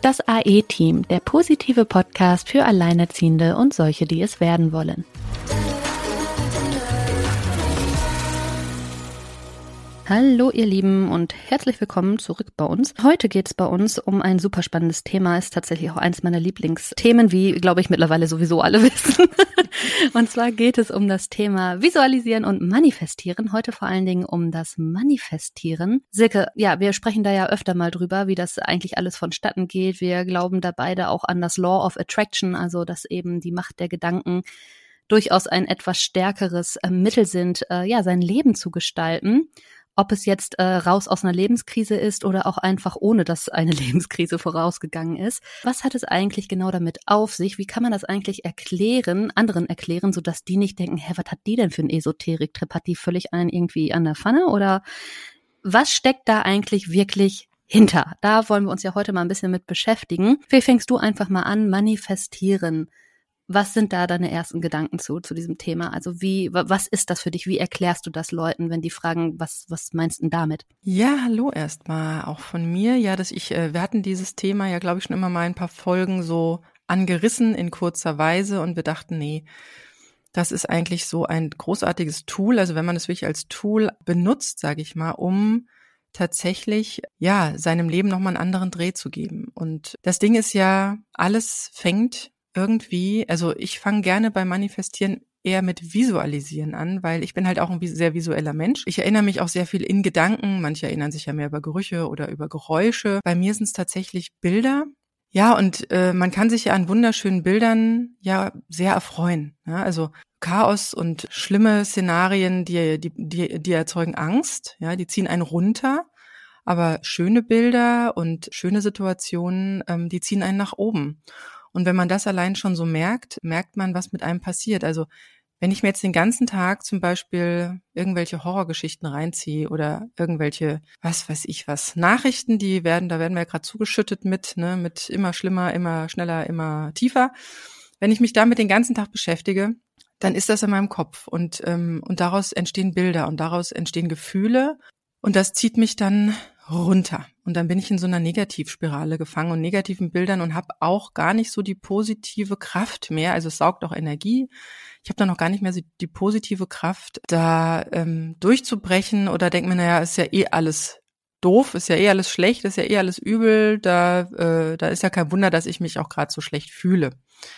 Das AE-Team, der positive Podcast für Alleinerziehende und solche, die es werden wollen. Hallo ihr Lieben und herzlich willkommen zurück bei uns. Heute geht es bei uns um ein super spannendes Thema, ist tatsächlich auch eins meiner Lieblingsthemen, wie, glaube ich, mittlerweile sowieso alle wissen. Und zwar geht es um das Thema Visualisieren und Manifestieren. Heute vor allen Dingen um das Manifestieren. Silke, ja, wir sprechen da ja öfter mal drüber, wie das eigentlich alles vonstatten geht. Wir glauben da beide auch an das Law of Attraction, also dass eben die Macht der Gedanken durchaus ein etwas stärkeres Mittel sind, sein Leben zu gestalten. Ob es jetzt raus aus einer Lebenskrise ist oder auch einfach ohne, dass eine Lebenskrise vorausgegangen ist. Was hat es eigentlich genau damit auf sich? Wie kann man das eigentlich anderen erklären, sodass die nicht denken, was hat die denn für einen Esoterik-Trip? Hat die völlig einen irgendwie an der Pfanne? Oder was steckt da eigentlich wirklich hinter? Da wollen wir uns ja heute mal ein bisschen mit beschäftigen. Vielleicht fängst du einfach mal an, manifestieren. Was sind da deine ersten Gedanken zu diesem Thema? Also was ist das für dich? Wie erklärst du das Leuten, wenn die fragen, was meinst du denn damit? Ja, hallo erstmal auch von mir. Ja, wir hatten dieses Thema ja, glaube ich, schon immer mal ein paar Folgen so angerissen in kurzer Weise und wir dachten, nee, das ist eigentlich so ein großartiges Tool. Also wenn man es wirklich als Tool benutzt, sage ich mal, um tatsächlich, ja, seinem Leben nochmal einen anderen Dreh zu geben. Und das Ding ist ja, alles fängt irgendwie, also ich fange gerne beim Manifestieren eher mit Visualisieren an, weil ich bin halt auch ein sehr visueller Mensch. Ich erinnere mich auch sehr viel in Gedanken, manche erinnern sich ja mehr über Gerüche oder über Geräusche. Bei mir sind es tatsächlich Bilder. Ja, und man kann sich ja an wunderschönen Bildern ja sehr erfreuen. Ja, also Chaos und schlimme Szenarien, die erzeugen Angst, ja, die ziehen einen runter. Aber schöne Bilder und schöne Situationen, die ziehen einen nach oben. Und wenn man das allein schon so merkt man, was mit einem passiert. Also wenn ich mir jetzt den ganzen Tag zum Beispiel irgendwelche Horrorgeschichten reinziehe oder irgendwelche, was weiß ich was, Nachrichten, da werden wir ja gerade zugeschüttet mit immer schlimmer, immer schneller, immer tiefer. Wenn ich mich damit den ganzen Tag beschäftige, dann ist das in meinem Kopf und daraus entstehen Bilder und daraus entstehen Gefühle und das zieht mich dann runter. Und dann bin ich in so einer Negativspirale gefangen und negativen Bildern und habe auch gar nicht so die positive Kraft mehr. Also es saugt auch Energie. Ich habe dann noch gar nicht mehr so die positive Kraft, da durchzubrechen oder denke mir, naja, ist ja eh alles doof, ist ja eh alles schlecht, ist ja eh alles übel. Da ist ja kein Wunder, dass ich mich auch gerade so schlecht fühle.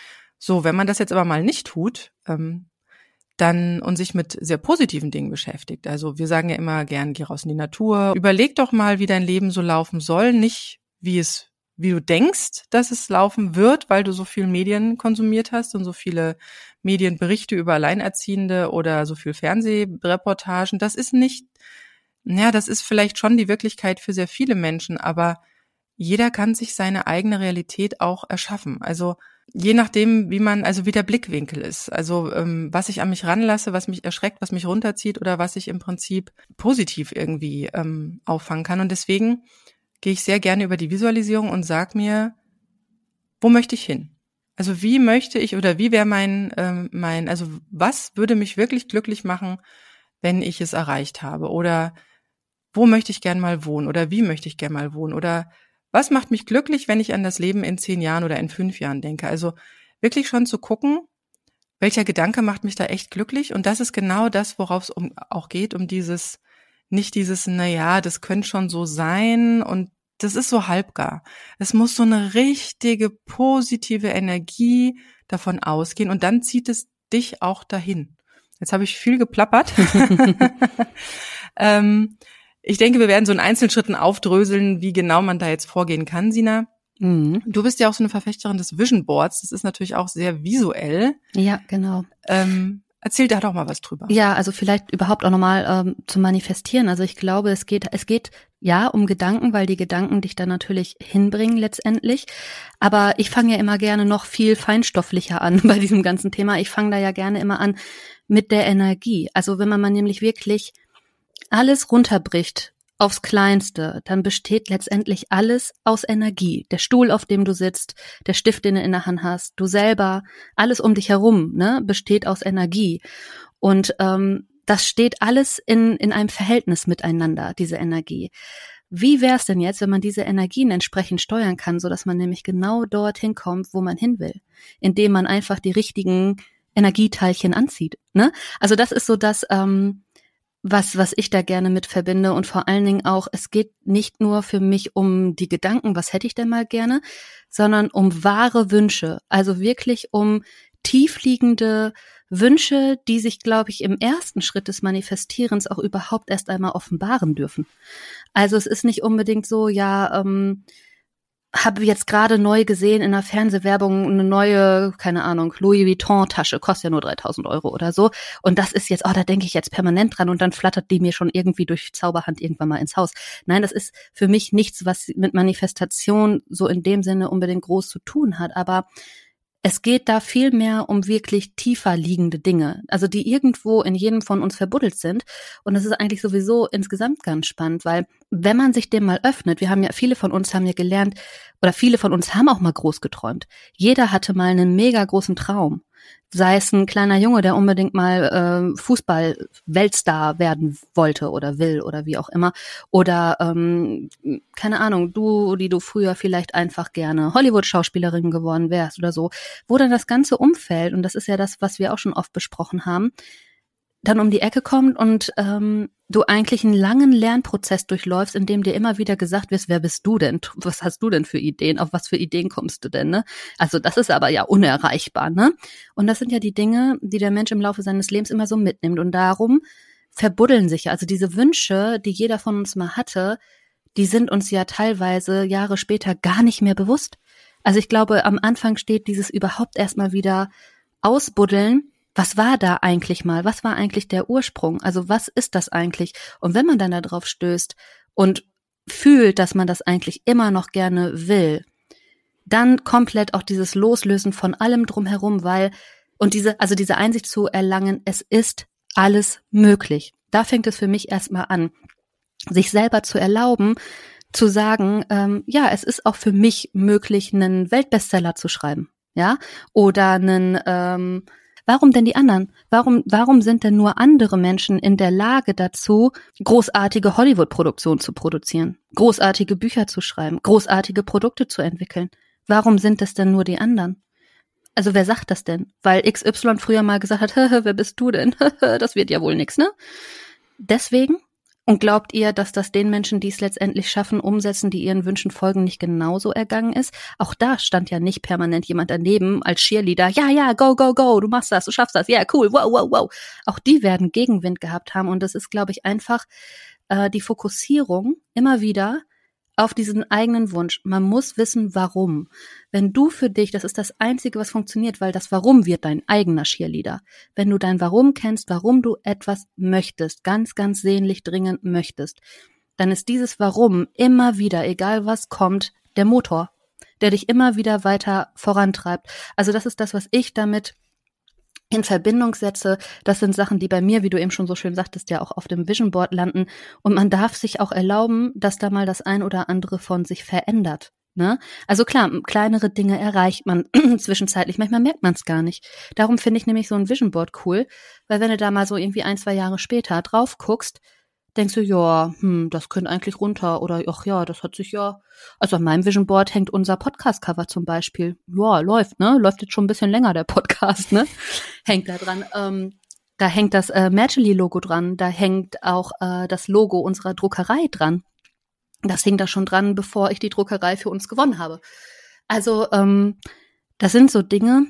So, wenn man das jetzt aber mal nicht tut, dann und sich mit sehr positiven Dingen beschäftigt. Also wir sagen ja immer gern, geh raus in die Natur. Überleg doch mal, wie dein Leben so laufen soll, nicht wie du denkst, dass es laufen wird, weil du so viel Medien konsumiert hast und so viele Medienberichte über Alleinerziehende oder so viel Fernsehreportagen. Das ist vielleicht schon die Wirklichkeit für sehr viele Menschen, aber jeder kann sich seine eigene Realität auch erschaffen. Also je nachdem, wie der Blickwinkel ist. Also was ich an mich ranlasse, was mich erschreckt, was mich runterzieht oder was ich im Prinzip positiv irgendwie auffangen kann. Und deswegen gehe ich sehr gerne über die Visualisierung und sag mir, wo möchte ich hin? Also wie möchte ich oder wie wäre also was würde mich wirklich glücklich machen, wenn ich es erreicht habe? Oder wo möchte ich gern mal wohnen? Oder wie möchte ich gern mal wohnen? Oder was macht mich glücklich, wenn ich an das Leben in 10 Jahren oder in 5 Jahren denke? Also wirklich schon zu gucken, welcher Gedanke macht mich da echt glücklich? Und das ist genau das, worauf es auch geht, nicht dieses, naja, das könnte schon so sein und das ist so halbgar. Es muss so eine richtige positive Energie davon ausgehen und dann zieht es dich auch dahin. Jetzt habe ich viel geplappert. Ich denke, wir werden so in Einzelschritten aufdröseln, wie genau man da jetzt vorgehen kann, Sina. Mhm. Du bist ja auch so eine Verfechterin des Vision Boards. Das ist natürlich auch sehr visuell. Ja, genau. Erzähl da doch mal was drüber. Ja, also vielleicht überhaupt auch nochmal zu manifestieren. Also ich glaube, es geht ja um Gedanken, weil die Gedanken dich dann natürlich hinbringen letztendlich. Aber ich fange ja immer gerne noch viel feinstofflicher an bei diesem ganzen Thema. Ich fange da ja gerne immer an mit der Energie. Also wenn man mal nämlich wirklich alles runterbricht aufs Kleinste, dann besteht letztendlich alles aus Energie. Der Stuhl, auf dem du sitzt, der Stift, den du in der Hand hast, du selber, alles um dich herum, besteht aus Energie. Und das steht alles in einem Verhältnis miteinander, diese Energie. wie wäre es denn jetzt, wenn man diese Energien entsprechend steuern kann, sodass man nämlich genau dorthin kommt, wo man hin will, indem man einfach die richtigen Energieteilchen anzieht, ne? Also das ist so das, was ich da gerne mit verbinde und vor allen Dingen auch, es geht nicht nur für mich um die Gedanken, was hätte ich denn mal gerne, sondern um wahre Wünsche, also wirklich um tiefliegende Wünsche, die sich, glaube ich, im ersten Schritt des Manifestierens auch überhaupt erst einmal offenbaren dürfen. Also es ist nicht unbedingt so, ja, habe jetzt gerade neu gesehen in einer Fernsehwerbung eine neue, keine Ahnung, Louis Vuitton Tasche, kostet ja nur 3.000 € oder so. Und das ist jetzt, da denke ich jetzt permanent dran und dann flattert die mir schon irgendwie durch Zauberhand irgendwann mal ins Haus. Nein, das ist für mich nichts, was mit Manifestation so in dem Sinne unbedingt groß zu tun hat. Aber es geht da viel mehr um wirklich tiefer liegende Dinge, also die irgendwo in jedem von uns verbuddelt sind. Und das ist eigentlich sowieso insgesamt ganz spannend, weil wenn man sich dem mal öffnet, viele von uns haben ja gelernt, oder viele von uns haben auch mal groß geträumt. Jeder hatte mal einen mega großen Traum. Sei es ein kleiner Junge, der unbedingt mal Fußball-Weltstar werden wollte oder will oder wie auch immer. Oder, keine Ahnung, die du früher vielleicht einfach gerne Hollywood-Schauspielerin geworden wärst oder so. Wo dann das ganze Umfeld, und das ist ja das, was wir auch schon oft besprochen haben, dann um die Ecke kommt und du eigentlich einen langen Lernprozess durchläufst, in dem dir immer wieder gesagt wird, wer bist du denn? Was hast du denn für Ideen? Auf was für Ideen kommst du denn? Ne? Also das ist aber ja unerreichbar. Ne? Und das sind ja die Dinge, die der Mensch im Laufe seines Lebens immer so mitnimmt. Und darum verbuddeln sich ja, also diese Wünsche, die jeder von uns mal hatte, die sind uns ja teilweise Jahre später gar nicht mehr bewusst. Also ich glaube, am Anfang steht dieses überhaupt erstmal wieder ausbuddeln. Was war da eigentlich mal? Was war eigentlich der Ursprung? Also was ist das eigentlich? Und wenn man dann da drauf stößt und fühlt, dass man das eigentlich immer noch gerne will, dann komplett auch dieses Loslösen von allem drumherum, diese Einsicht zu erlangen, es ist alles möglich. Da fängt es für mich erstmal an, sich selber zu erlauben, zu sagen, es ist auch für mich möglich, einen Weltbestseller zu schreiben, ja, oder einen warum denn die anderen? Warum sind denn nur andere Menschen in der Lage dazu, großartige Hollywood-Produktionen zu produzieren, großartige Bücher zu schreiben, großartige Produkte zu entwickeln? Warum sind es denn nur die anderen? Also wer sagt das denn? Weil XY früher mal gesagt hat, wer bist du denn? Das wird ja wohl nix, ne? Deswegen? Und glaubt ihr, dass das den Menschen, die es letztendlich schaffen, umsetzen, die ihren Wünschen folgen, nicht genauso ergangen ist? Auch da stand ja nicht permanent jemand daneben als Cheerleader. Ja, go, go, go, du machst das, du schaffst das, ja, cool, wow, wow, wow. Auch die werden Gegenwind gehabt haben und das ist, glaube ich, einfach die Fokussierung immer wieder auf diesen eigenen Wunsch. Man muss wissen, warum. Wenn du für dich, das ist das Einzige, was funktioniert, weil das Warum wird dein eigener Cheerleader. Wenn du dein Warum kennst, warum du etwas möchtest, ganz, ganz sehnlich dringend möchtest, dann ist dieses Warum immer wieder, egal was kommt, der Motor, der dich immer wieder weiter vorantreibt. Also das ist das, was ich damit in Verbindung setze. Das sind Sachen, die bei mir, wie du eben schon so schön sagtest, ja auch auf dem Vision Board landen. Und man darf sich auch erlauben, dass da mal das ein oder andere von sich verändert. Ne? Also klar, kleinere Dinge erreicht man zwischenzeitlich. Manchmal merkt man es gar nicht. Darum finde ich nämlich so ein Vision Board cool, weil wenn du da mal so irgendwie 1-2 Jahre später drauf guckst, denkst du, ja, das könnte eigentlich runter oder ach ja, das hat sich ja, also an meinem Vision Board hängt unser Podcast-Cover zum Beispiel. Ja, läuft jetzt schon ein bisschen länger, der Podcast, ne? Hängt da dran. Da hängt das Matchely-Logo dran, da hängt auch das Logo unserer Druckerei dran. Das hing da schon dran, bevor ich die Druckerei für uns gewonnen habe. Also, das sind so Dinge,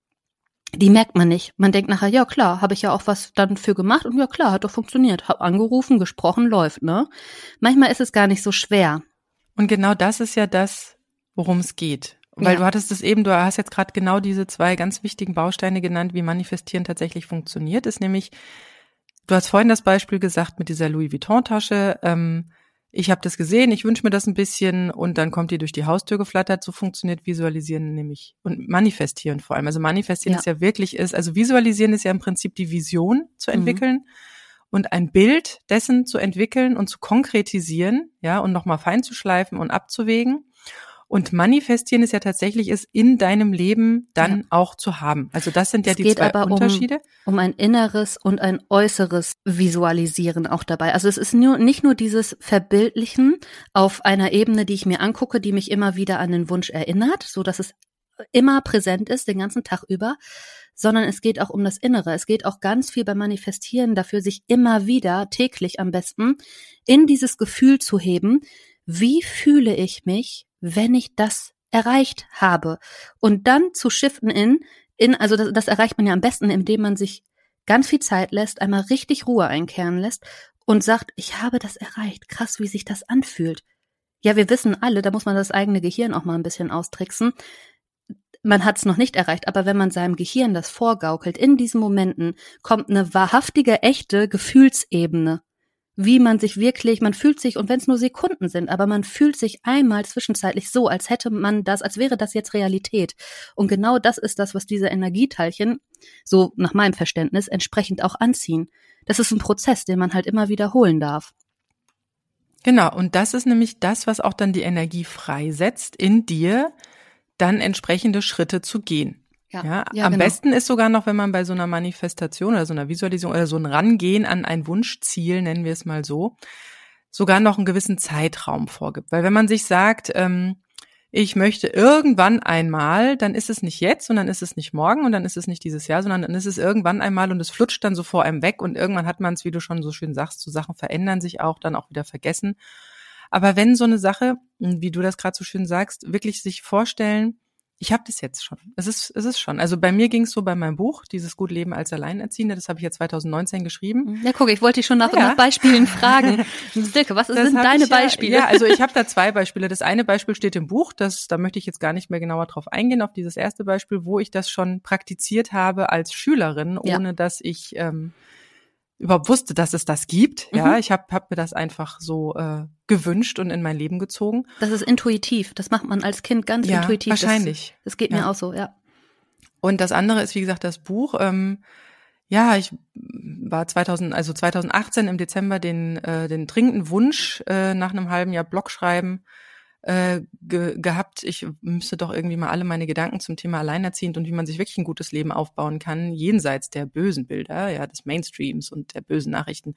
die merkt man nicht. Man denkt nachher, ja klar, habe ich ja auch was dann für gemacht und ja klar, hat doch funktioniert. Hab angerufen, gesprochen, läuft, ne? Manchmal ist es gar nicht so schwer. Und genau das ist ja das, worum es geht. Weil du hattest es eben, du hast jetzt gerade genau diese 2 ganz wichtigen Bausteine genannt, wie Manifestieren tatsächlich funktioniert. Ist nämlich, du hast vorhin das Beispiel gesagt mit dieser Louis Vuitton Tasche, ich habe das gesehen, ich wünsche mir das ein bisschen und dann kommt die durch die Haustür geflattert. So funktioniert Visualisieren nämlich und Manifestieren vor allem. Also Manifestieren ist ja wirklich also Visualisieren ist ja im Prinzip die Vision zu entwickeln und ein Bild dessen zu entwickeln und zu konkretisieren, ja, und nochmal fein zu schleifen und abzuwägen. Und manifestieren ist ja tatsächlich, es in deinem Leben dann auch zu haben. Also das sind ja die zwei Unterschiede. Um ein inneres und ein äußeres Visualisieren auch dabei. Also es ist nicht nur dieses Verbildlichen auf einer Ebene, die ich mir angucke, die mich immer wieder an den Wunsch erinnert, so dass es immer präsent ist, den ganzen Tag über, sondern es geht auch um das Innere. Es geht auch ganz viel beim Manifestieren dafür, sich immer wieder, täglich am besten, in dieses Gefühl zu heben, wie fühle ich mich, wenn ich das erreicht habe? Und dann zu shiften also das erreicht man ja am besten, indem man sich ganz viel Zeit lässt, einmal richtig Ruhe einkehren lässt und sagt, ich habe das erreicht. Krass, wie sich das anfühlt. Ja, wir wissen alle, da muss man das eigene Gehirn auch mal ein bisschen austricksen. Man hat es noch nicht erreicht, aber wenn man seinem Gehirn das vorgaukelt, in diesen Momenten kommt eine wahrhaftige, echte Gefühlsebene. Wie man sich wirklich, man fühlt sich, und wenn es nur Sekunden sind, aber man fühlt sich einmal zwischenzeitlich so, als hätte man das, als wäre das jetzt Realität. Und genau das ist das, was diese Energieteilchen, so nach meinem Verständnis, entsprechend auch anziehen. Das ist ein Prozess, den man halt immer wiederholen darf. Genau, und das ist nämlich das, was auch dann die Energie freisetzt, in dir dann entsprechende Schritte zu gehen. Ja, am besten ist sogar noch, wenn man bei so einer Manifestation oder so einer Visualisierung oder so ein Rangehen an ein Wunschziel, nennen wir es mal so, sogar noch einen gewissen Zeitraum vorgibt. Weil wenn man sich sagt, ich möchte irgendwann einmal, dann ist es nicht jetzt und dann ist es nicht morgen und dann ist es nicht dieses Jahr, sondern dann ist es irgendwann einmal und es flutscht dann so vor einem weg und irgendwann hat man es, wie du schon so schön sagst, so Sachen verändern sich auch, dann auch wieder vergessen. Aber wenn so eine Sache, wie du das gerade so schön sagst, wirklich sich vorstellen, ich habe das jetzt schon. Es ist schon. Also bei mir ging es so bei meinem Buch, dieses Gut Leben als Alleinerziehende, das habe ich ja 2019 geschrieben. Ja, guck, ich wollte dich schon nach Beispielen fragen. Silke, was sind deine Beispiele? Ja, also ich habe da 2 Beispiele. Das eine Beispiel steht im Buch, da möchte ich jetzt gar nicht mehr genauer drauf eingehen, auf dieses erste Beispiel, wo ich das schon praktiziert habe als Schülerin, ohne dass ich überhaupt wusste, dass es das gibt. Ja, ich hab mir das einfach so gewünscht und in mein Leben gezogen. Das ist intuitiv. Das macht man als Kind ganz intuitiv. Wahrscheinlich. Das geht mir auch so, ja. Und das andere ist, wie gesagt, das Buch. Ich war 2018 im Dezember den dringenden Wunsch nach einem halben Jahr Blogschreiben gehabt, ich müsste doch irgendwie mal alle meine Gedanken zum Thema Alleinerziehend und wie man sich wirklich ein gutes Leben aufbauen kann, jenseits der bösen Bilder, ja, des Mainstreams und der bösen Nachrichten,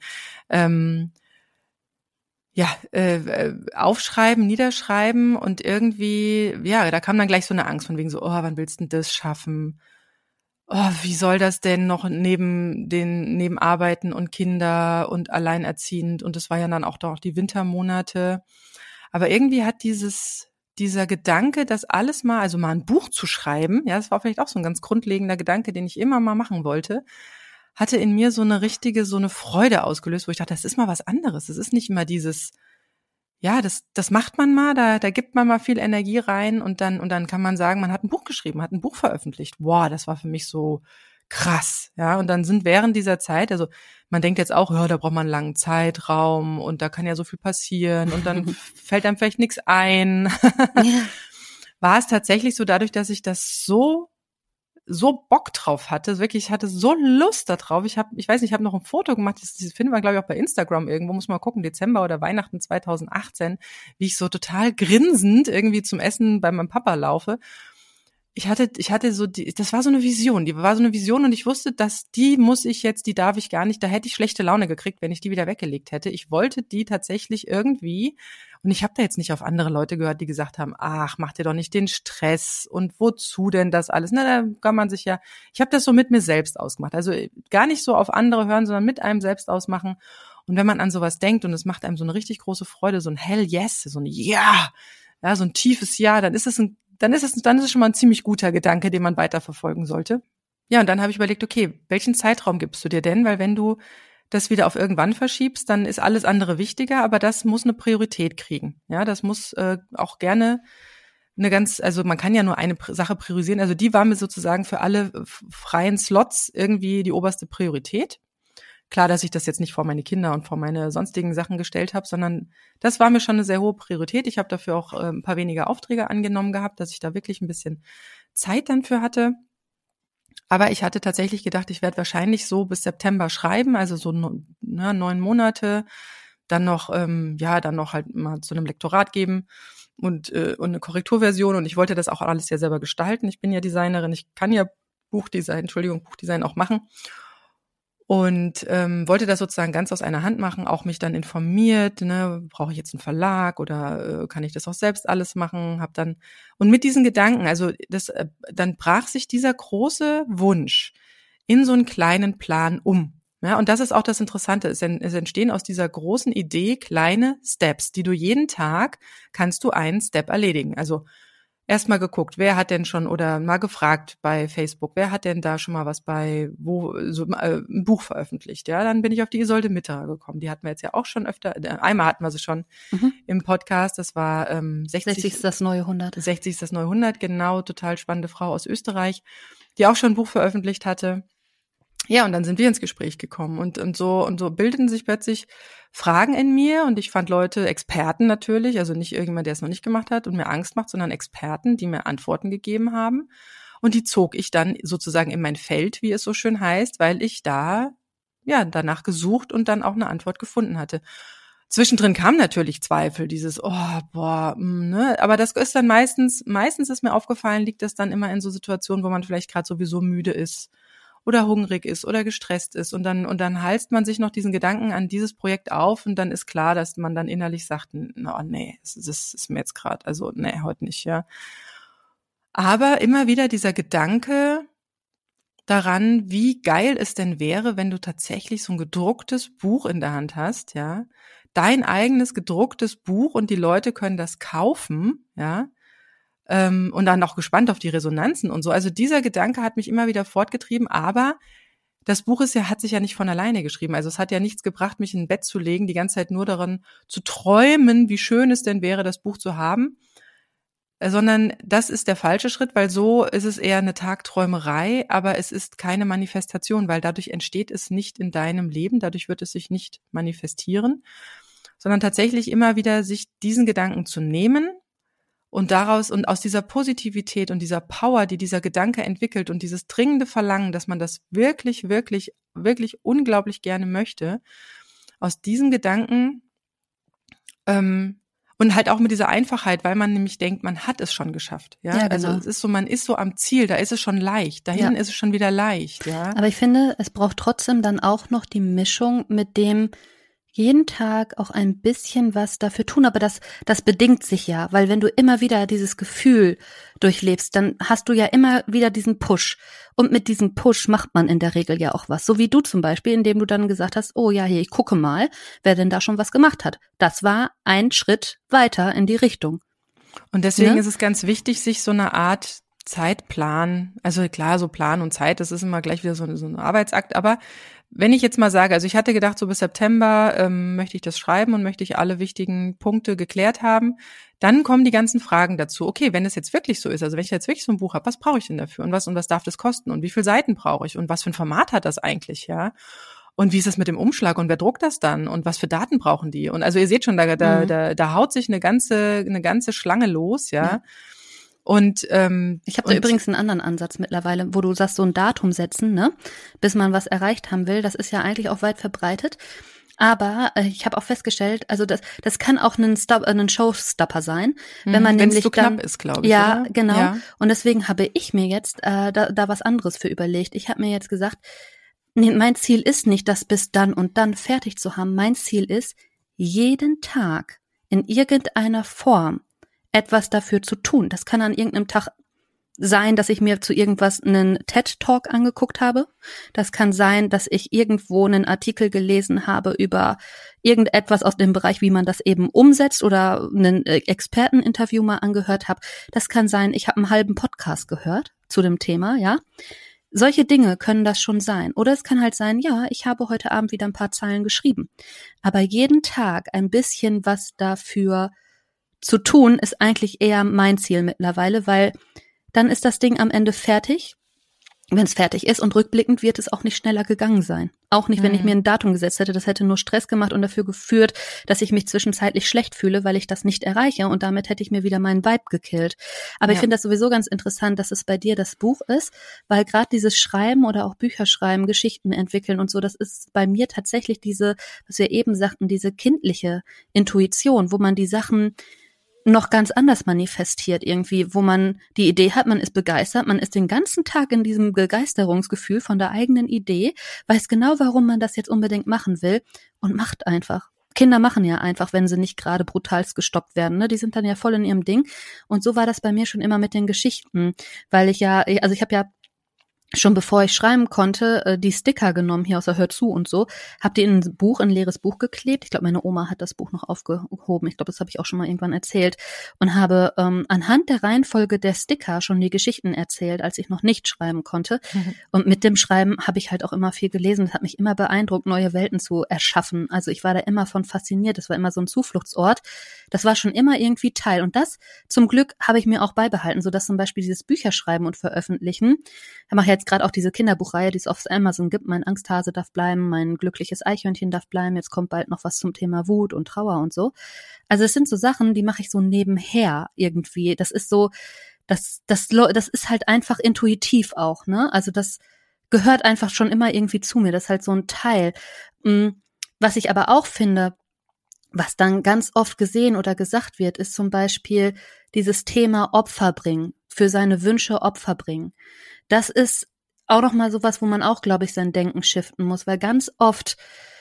aufschreiben, niederschreiben und irgendwie, ja, da kam dann gleich so eine Angst von wegen so, oh, wann willst du denn das schaffen? Oh, wie soll das denn noch neben Arbeiten und Kinder und alleinerziehend, und das war ja dann auch doch die Wintermonate. Aber irgendwie hat dieser Gedanke, das alles mal, also mal ein Buch zu schreiben, ja, das war vielleicht auch so ein ganz grundlegender Gedanke, den ich immer mal machen wollte, hatte in mir so eine Freude ausgelöst, wo ich dachte, das ist mal was anderes. Das ist nicht immer dieses, ja, das macht man mal, da gibt man mal viel Energie rein und dann kann man sagen, man hat ein Buch geschrieben, hat ein Buch veröffentlicht. Wow, das war für mich so krass, ja, und dann sind während dieser Zeit, also man denkt jetzt auch, ja, da braucht man einen langen Zeitraum und da kann ja so viel passieren und dann fällt einem vielleicht nichts ein. Ja. War es tatsächlich so, dadurch, dass ich das so Bock drauf hatte, wirklich, ich hatte so Lust da drauf. Ich weiß nicht, ich habe noch ein Foto gemacht, das finden wir, glaube ich, auch bei Instagram irgendwo, muss man mal gucken, Dezember oder Weihnachten 2018, wie ich so total grinsend irgendwie zum Essen bei meinem Papa laufe. Ich hatte so das war so eine Vision, und ich wusste, dass die darf ich gar nicht, da hätte ich schlechte Laune gekriegt, wenn ich die wieder weggelegt hätte. Ich wollte die tatsächlich irgendwie, und ich habe da jetzt nicht auf andere Leute gehört, die gesagt haben, ach, mach dir doch nicht den Stress und wozu denn das alles? Na, da kann man sich ja, ich habe das so mit mir selbst ausgemacht, also gar nicht so auf andere hören, sondern mit einem selbst ausmachen. Und wenn man an sowas denkt und es macht einem so eine richtig große Freude, so ein Hell yes, so ein Ja, so ein tiefes Ja, dann ist es schon mal ein ziemlich guter Gedanke, den man weiterverfolgen sollte. Ja, und dann habe ich überlegt, okay, welchen Zeitraum gibst du dir denn? Weil wenn du das wieder auf irgendwann verschiebst, dann ist alles andere wichtiger, aber das muss eine Priorität kriegen. Ja, das muss auch gerne also man kann ja nur eine Sache priorisieren. Also die war mir sozusagen für alle freien Slots irgendwie die oberste Priorität. Klar, dass ich das jetzt nicht vor meine Kinder und vor meine sonstigen Sachen gestellt habe, sondern das war mir schon eine sehr hohe Priorität. Ich habe dafür auch ein paar weniger Aufträge angenommen gehabt, dass ich da wirklich ein bisschen Zeit dann für hatte. Aber ich hatte tatsächlich gedacht, ich werde wahrscheinlich so bis September schreiben, also so 9 Monate, dann noch halt mal zu einem Lektorat geben und eine Korrekturversion. Und ich wollte das auch alles ja selber gestalten. Ich bin ja Designerin, ich kann ja Buchdesign auch machen. Und wollte das sozusagen ganz aus einer Hand machen, auch mich dann informiert, ne, brauche ich jetzt einen Verlag oder kann ich das auch selbst alles machen? Und mit diesen Gedanken, also dann brach sich dieser große Wunsch in so einen kleinen Plan um. Ja, und das ist auch das Interessante. Es entstehen aus dieser großen Idee kleine Steps, die du jeden Tag kannst du einen Step erledigen. Also erstmal geguckt, wer hat denn schon oder mal gefragt bei Facebook, wer hat denn da schon mal was ein Buch veröffentlicht, ja? Dann bin ich auf die Isolde Mitterer gekommen. Die hatten wir jetzt ja auch schon öfter, einmal hatten wir sie schon im Podcast, das war 60 ist das neue 100. 60 ist das neue 100, genau, total spannende Frau aus Österreich, die auch schon ein Buch veröffentlicht hatte. Ja, und dann sind wir ins Gespräch gekommen und so bildeten sich plötzlich Fragen in mir und ich fand Leute, Experten natürlich, also nicht irgendjemand, der es noch nicht gemacht hat und mir Angst macht, sondern Experten, die mir Antworten gegeben haben und die zog ich dann sozusagen in mein Feld, wie es so schön heißt, weil ich da danach gesucht und dann auch eine Antwort gefunden hatte. Zwischendrin kamen natürlich Zweifel, dieses ne, aber das ist dann meistens ist mir aufgefallen, liegt das dann immer in so Situationen, wo man vielleicht gerade sowieso müde ist oder hungrig ist oder gestresst ist und dann halst man sich noch diesen Gedanken an dieses Projekt auf und dann ist klar, dass man dann innerlich sagt, nee, das ist mir jetzt gerade, also nee, heute nicht, ja. Aber immer wieder dieser Gedanke daran, wie geil es denn wäre, wenn du tatsächlich so ein gedrucktes Buch in der Hand hast, ja, dein eigenes gedrucktes Buch und die Leute können das kaufen, ja, und dann auch gespannt auf die Resonanzen und so. Also dieser Gedanke hat mich immer wieder fortgetrieben, aber das Buch hat sich ja nicht von alleine geschrieben. Also es hat ja nichts gebracht, mich in ein Bett zu legen, die ganze Zeit nur daran zu träumen, wie schön es denn wäre, das Buch zu haben, sondern das ist der falsche Schritt, weil so ist es eher eine Tagträumerei, aber es ist keine Manifestation, weil dadurch entsteht es nicht in deinem Leben, dadurch wird es sich nicht manifestieren, sondern tatsächlich immer wieder sich diesen Gedanken zu nehmen, und aus dieser Positivität und dieser Power, die dieser Gedanke entwickelt und dieses dringende Verlangen, dass man das wirklich, wirklich, wirklich unglaublich gerne möchte, aus diesem Gedanken und halt auch mit dieser Einfachheit, weil man nämlich denkt, man hat es schon geschafft. Ja, genau. Also es ist so, man ist so am Ziel, da ist es schon leicht, da hinten ist es schon wieder leicht. Ja. Aber ich finde, es braucht trotzdem dann auch noch die Mischung mit dem jeden Tag auch ein bisschen was dafür tun, aber das bedingt sich ja, weil wenn du immer wieder dieses Gefühl durchlebst, dann hast du ja immer wieder diesen Push und mit diesem Push macht man in der Regel ja auch was, so wie du zum Beispiel, indem du dann gesagt hast, oh ja, hier, ich gucke mal, wer denn da schon was gemacht hat. Das war ein Schritt weiter in die Richtung. Und deswegen ist es ganz wichtig, sich so eine Art Zeitplan, also klar, so Plan und Zeit, das ist immer gleich wieder so ein Arbeitsakt, aber wenn ich jetzt mal sage, also ich hatte gedacht, so bis September möchte ich das schreiben und möchte ich alle wichtigen Punkte geklärt haben, dann kommen die ganzen Fragen dazu. Okay, wenn es jetzt wirklich so ist, also wenn ich jetzt wirklich so ein Buch habe, was brauche ich denn dafür und was darf das kosten und wie viele Seiten brauche ich und was für ein Format hat das eigentlich, ja? Und wie ist es mit dem Umschlag und wer druckt das dann und was für Daten brauchen die? Und also ihr seht schon, da haut sich eine ganze Schlange los, ja. Und ich habe da übrigens einen anderen Ansatz mittlerweile, wo du sagst, so ein Datum setzen, ne, bis man was erreicht haben will. Das ist ja eigentlich auch weit verbreitet. Aber ich habe auch festgestellt, also das kann auch ein Showstopper sein, wenn man nämlich so knapp ist, glaube ich. Ja, oder? genau. Ja. Und deswegen habe ich mir jetzt da was anderes für überlegt. Ich habe mir jetzt gesagt, nee, mein Ziel ist nicht, das bis dann und dann fertig zu haben. Mein Ziel ist, jeden Tag in irgendeiner Form etwas dafür zu tun. Das kann an irgendeinem Tag sein, dass ich mir zu irgendwas einen TED-Talk angeguckt habe. Das kann sein, dass ich irgendwo einen Artikel gelesen habe über irgendetwas aus dem Bereich, wie man das eben umsetzt oder einen Experteninterview mal angehört habe. Das kann sein, ich habe einen halben Podcast gehört zu dem Thema, ja. Solche Dinge können das schon sein. Oder es kann halt sein, ja, ich habe heute Abend wieder ein paar Zeilen geschrieben. Aber jeden Tag ein bisschen was dafür zu tun, ist eigentlich eher mein Ziel mittlerweile, weil dann ist das Ding am Ende fertig wenn es fertig ist, und rückblickend wird es auch nicht schneller gegangen sein. Auch nicht, wenn ich mir ein Datum gesetzt hätte. Das hätte nur Stress gemacht und dafür geführt, dass ich mich zwischenzeitlich schlecht fühle, weil ich das nicht erreiche, und damit hätte ich mir wieder meinen Vibe gekillt. Aber ich finde das sowieso ganz interessant, dass es bei dir das Buch ist, weil gerade dieses Schreiben oder auch Bücher schreiben, Geschichten entwickeln und so, das ist bei mir tatsächlich diese, was wir eben sagten, diese kindliche Intuition, wo man die Sachen noch ganz anders manifestiert irgendwie, wo man die Idee hat, man ist begeistert, man ist den ganzen Tag in diesem Begeisterungsgefühl von der eigenen Idee, weiß genau, warum man das jetzt unbedingt machen will und macht einfach. Kinder machen ja einfach, wenn sie nicht gerade brutalst gestoppt werden, ne? Die sind dann ja voll in ihrem Ding. Und so war das bei mir schon immer mit den Geschichten, weil ich habe ja schon bevor ich schreiben konnte, die Sticker genommen hier aus der Hör zu und so, hab die in ein leeres Buch geklebt. Ich glaube, meine Oma hat das Buch noch aufgehoben. Ich glaube, das habe ich auch schon mal irgendwann erzählt. Und habe anhand der Reihenfolge der Sticker schon die Geschichten erzählt, als ich noch nicht schreiben konnte. Und mit dem Schreiben habe ich halt auch immer viel gelesen. Das hat mich immer beeindruckt, neue Welten zu erschaffen. Also ich war da immer von fasziniert. Das war immer so ein Zufluchtsort. Das war schon immer irgendwie Teil. Und das zum Glück habe ich mir auch beibehalten, sodass zum Beispiel dieses Bücherschreiben und Veröffentlichen, ich mache jetzt gerade auch diese Kinderbuchreihe, die es auf Amazon gibt. Mein Angsthase darf bleiben, mein glückliches Eichhörnchen darf bleiben. Jetzt kommt bald noch was zum Thema Wut und Trauer und so. Also es sind so Sachen, die mache ich so nebenher irgendwie. Das ist so, das ist halt einfach intuitiv auch, ne? Also das gehört einfach schon immer irgendwie zu mir. Das ist halt so ein Teil. Was ich aber auch finde, was dann ganz oft gesehen oder gesagt wird, ist zum Beispiel dieses Thema Opfer bringen, für seine Wünsche Opfer bringen. Das ist auch nochmal sowas, wo man auch, glaube ich, sein Denken shiften muss, weil ganz oft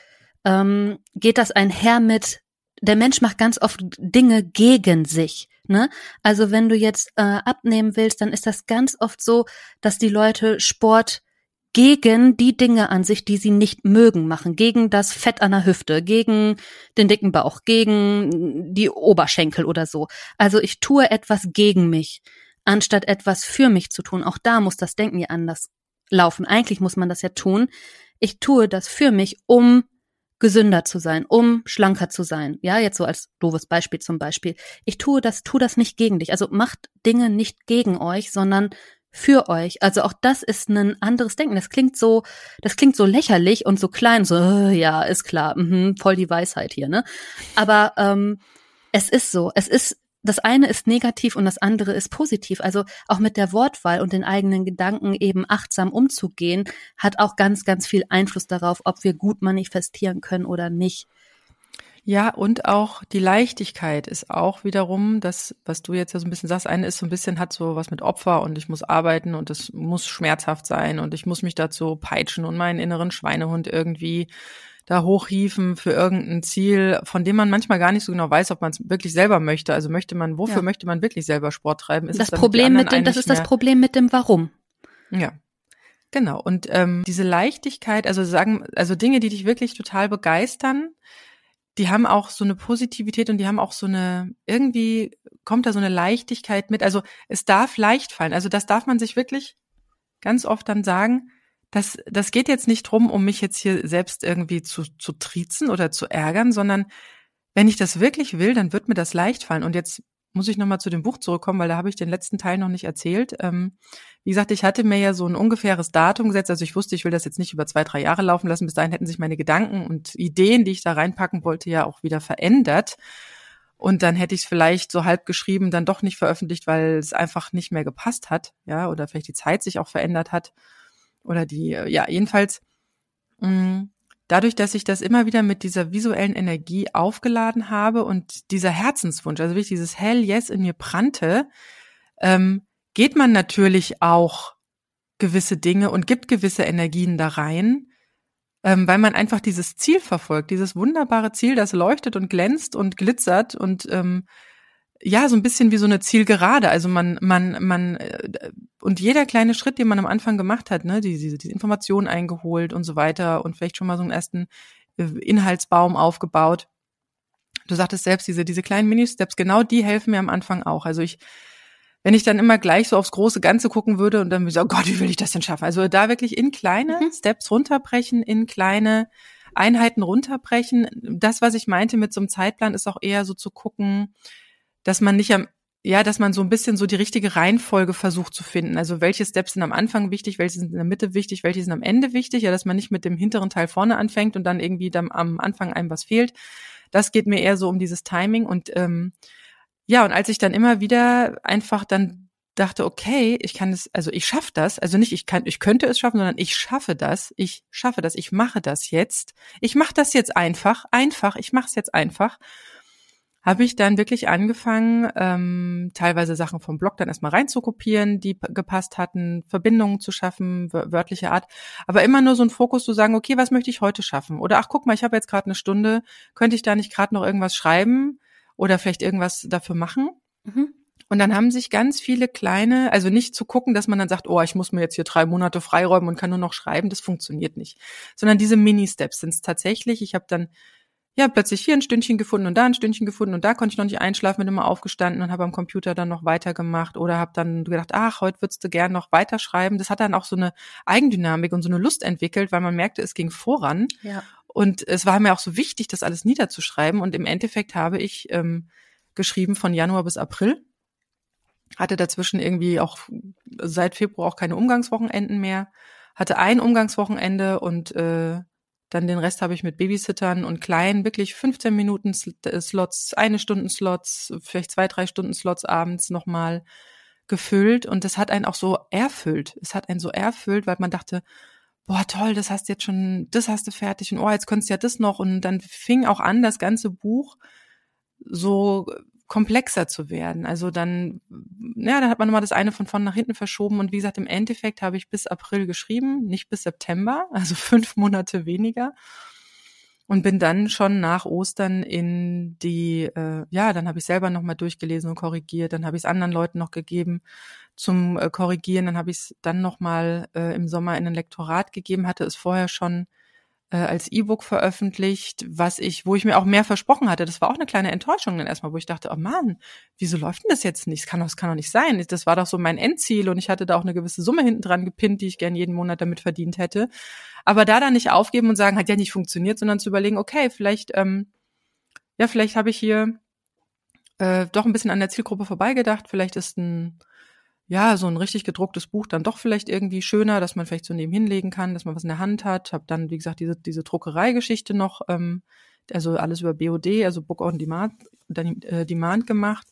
geht das einher mit, der Mensch macht ganz oft Dinge gegen sich, ne? Also wenn du jetzt abnehmen willst, dann ist das ganz oft so, dass die Leute Sport gegen die Dinge an sich, die sie nicht mögen, machen, gegen das Fett an der Hüfte, gegen den dicken Bauch, gegen die Oberschenkel oder so. Also ich tue etwas gegen mich, anstatt etwas für mich zu tun. Auch da muss das Denken ja anders laufen. Eigentlich muss man das ja tun. Ich tue das für mich, um gesünder zu sein, um schlanker zu sein. Ja, jetzt so als doofes Beispiel zum Beispiel. Ich tu das nicht gegen dich. Also macht Dinge nicht gegen euch, sondern für euch. Also auch das ist ein anderes Denken. Das klingt so lächerlich und so klein, so, ja, ist klar, voll die Weisheit hier, ne? Aber es ist so. Das eine ist negativ und das andere ist positiv. Also auch mit der Wortwahl und den eigenen Gedanken eben achtsam umzugehen, hat auch ganz, ganz viel Einfluss darauf, ob wir gut manifestieren können oder nicht. Ja, und auch die Leichtigkeit ist auch wiederum das, was du jetzt ja so ein bisschen sagst. Eine ist so ein bisschen, hat so was mit Opfer und ich muss arbeiten und es muss schmerzhaft sein und ich muss mich dazu peitschen und meinen inneren Schweinehund irgendwie da hochhieven für irgendein Ziel, von dem man manchmal gar nicht so genau weiß, ob man es wirklich selber möchte. Also möchte man wirklich selber Sport treiben? Das ist das Problem mit dem Warum. Ja. Genau. Und diese Leichtigkeit, also Dinge, die dich wirklich total begeistern, die haben auch so eine Positivität und die haben auch so eine, irgendwie kommt da so eine Leichtigkeit mit. Also es darf leicht fallen. Also das darf man sich wirklich ganz oft dann sagen, das geht jetzt nicht drum, um mich jetzt hier selbst irgendwie zu triezen oder zu ärgern, sondern wenn ich das wirklich will, dann wird mir das leicht fallen. Und jetzt muss ich nochmal zu dem Buch zurückkommen, weil da habe ich den letzten Teil noch nicht erzählt. Wie gesagt, ich hatte mir ja so ein ungefähres Datum gesetzt. Also ich wusste, ich will das jetzt nicht über 2-3 Jahre laufen lassen. Bis dahin hätten sich meine Gedanken und Ideen, die ich da reinpacken wollte, ja auch wieder verändert. Und dann hätte ich es vielleicht so halb geschrieben, dann doch nicht veröffentlicht, weil es einfach nicht mehr gepasst hat. Ja, oder vielleicht die Zeit sich auch verändert hat. Oder jedenfalls dadurch, dass ich das immer wieder mit dieser visuellen Energie aufgeladen habe und dieser Herzenswunsch, also wirklich dieses Hell Yes in mir brannte, geht man natürlich auch gewisse Dinge und gibt gewisse Energien da rein, weil man einfach dieses Ziel verfolgt, dieses wunderbare Ziel, das leuchtet und glänzt und glitzert und so ein bisschen wie so eine Zielgerade. Also man und jeder kleine Schritt, den man am Anfang gemacht hat, ne, diese Informationen eingeholt und so weiter und vielleicht schon mal so einen ersten Inhaltsbaum aufgebaut. Du sagtest selbst, diese kleinen Mini-Steps, genau die helfen mir am Anfang auch. Also wenn ich dann immer gleich so aufs große Ganze gucken würde und dann so, oh Gott, wie will ich das denn schaffen? Also da wirklich in kleine Steps runterbrechen, in kleine Einheiten runterbrechen. Das, was ich meinte mit so einem Zeitplan, ist auch eher so zu gucken, dass man nicht dass man so ein bisschen so die richtige Reihenfolge versucht zu finden. Also welche Steps sind am Anfang wichtig, welche sind in der Mitte wichtig, welche sind am Ende wichtig, ja, dass man nicht mit dem hinteren Teil vorne anfängt und dann irgendwie dann am Anfang einem was fehlt. Das geht mir eher so um dieses Timing und und als ich dann immer wieder einfach dann dachte, okay, ich kann es, also ich schaffe das, also nicht ich könnte es schaffen, sondern ich schaffe das, ich mache das jetzt, ich mache das jetzt einfach, ich mache es jetzt einfach, habe ich dann wirklich angefangen, teilweise Sachen vom Blog dann erstmal reinzukopieren, die gepasst hatten, Verbindungen zu schaffen, wörtliche Art, aber immer nur so ein Fokus zu sagen, okay, was möchte ich heute schaffen? Oder ach, guck mal, ich habe jetzt gerade eine Stunde, könnte ich da nicht gerade noch irgendwas schreiben oder vielleicht irgendwas dafür machen? Mhm. Und dann haben sich ganz viele kleine, also nicht zu gucken, dass man dann sagt, oh, ich muss mir jetzt hier 3 Monate freiräumen und kann nur noch schreiben, das funktioniert nicht. Sondern diese Mini-Steps sind es tatsächlich. Ich habe dann plötzlich hier ein Stündchen gefunden und da ein Stündchen gefunden und da konnte ich noch nicht einschlafen, bin immer aufgestanden und habe am Computer dann noch weitergemacht oder habe dann gedacht, ach, heute würdest du gern noch weiterschreiben. Das hat dann auch so eine Eigendynamik und so eine Lust entwickelt, weil man merkte, es ging voran. Ja. Und es war mir auch so wichtig, das alles niederzuschreiben. Und im Endeffekt habe ich geschrieben von Januar bis April. Hatte dazwischen irgendwie auch seit Februar auch keine Umgangswochenenden mehr. Hatte ein Umgangswochenende und dann den Rest habe ich mit Babysittern und kleinen, wirklich 15 Minuten Slots, 1 Stunden Slots, vielleicht 2-3 Stunden Slots abends nochmal gefüllt. Und das hat einen auch so erfüllt. Es hat einen so erfüllt, weil man dachte, boah, toll, das hast du jetzt schon, das hast du fertig und oh, jetzt könntest du ja das noch. Und dann fing auch an, das ganze Buch so komplexer zu werden. Also dann hat man nochmal das eine von vorn nach hinten verschoben und wie gesagt, im Endeffekt habe ich bis April geschrieben, nicht bis September, also 5 Monate weniger und bin dann schon nach Ostern in die, dann habe ich selber nochmal durchgelesen und korrigiert, dann habe ich es anderen Leuten noch gegeben zum Korrigieren, dann habe ich es dann nochmal im Sommer in ein Lektorat gegeben, hatte es vorher schon als E-Book veröffentlicht, wo ich mir auch mehr versprochen hatte. Das war auch eine kleine Enttäuschung dann erstmal, wo ich dachte, oh Mann, wieso läuft denn das jetzt nicht? Das kann doch nicht sein. Das war doch so mein Endziel und ich hatte da auch eine gewisse Summe hinten dran gepinnt, die ich gern jeden Monat damit verdient hätte. Aber da dann nicht aufgeben und sagen, hat ja nicht funktioniert, sondern zu überlegen, okay, vielleicht habe ich hier doch ein bisschen an der Zielgruppe vorbeigedacht. Vielleicht ist so ein richtig gedrucktes Buch dann doch vielleicht irgendwie schöner, dass man vielleicht so nebenhin legen kann, dass man was in der Hand hat. Habe dann, wie gesagt, diese Druckereigeschichte noch, also alles über BOD, also Book on Demand gemacht.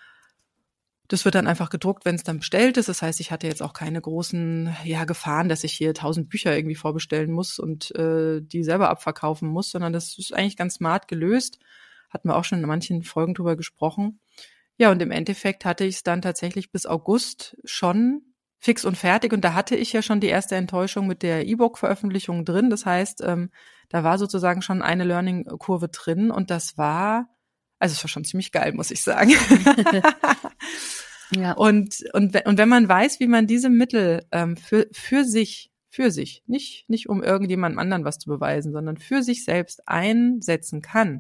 Das wird dann einfach gedruckt, wenn es dann bestellt ist. Das heißt, ich hatte jetzt auch keine großen Gefahren, dass ich hier 1000 Bücher irgendwie vorbestellen muss und die selber abverkaufen muss, sondern das ist eigentlich ganz smart gelöst. Hatten wir auch schon in manchen Folgen drüber gesprochen. Ja, und im Endeffekt hatte ich es dann tatsächlich bis August schon fix und fertig. Und da hatte ich ja schon die erste Enttäuschung mit der E-Book-Veröffentlichung drin. Das heißt, da war sozusagen schon eine Learning-Kurve drin. Und es war schon ziemlich geil, muss ich sagen. Ja. Und wenn man weiß, wie man diese Mittel für sich, nicht um irgendjemandem anderen was zu beweisen, sondern für sich selbst einsetzen kann,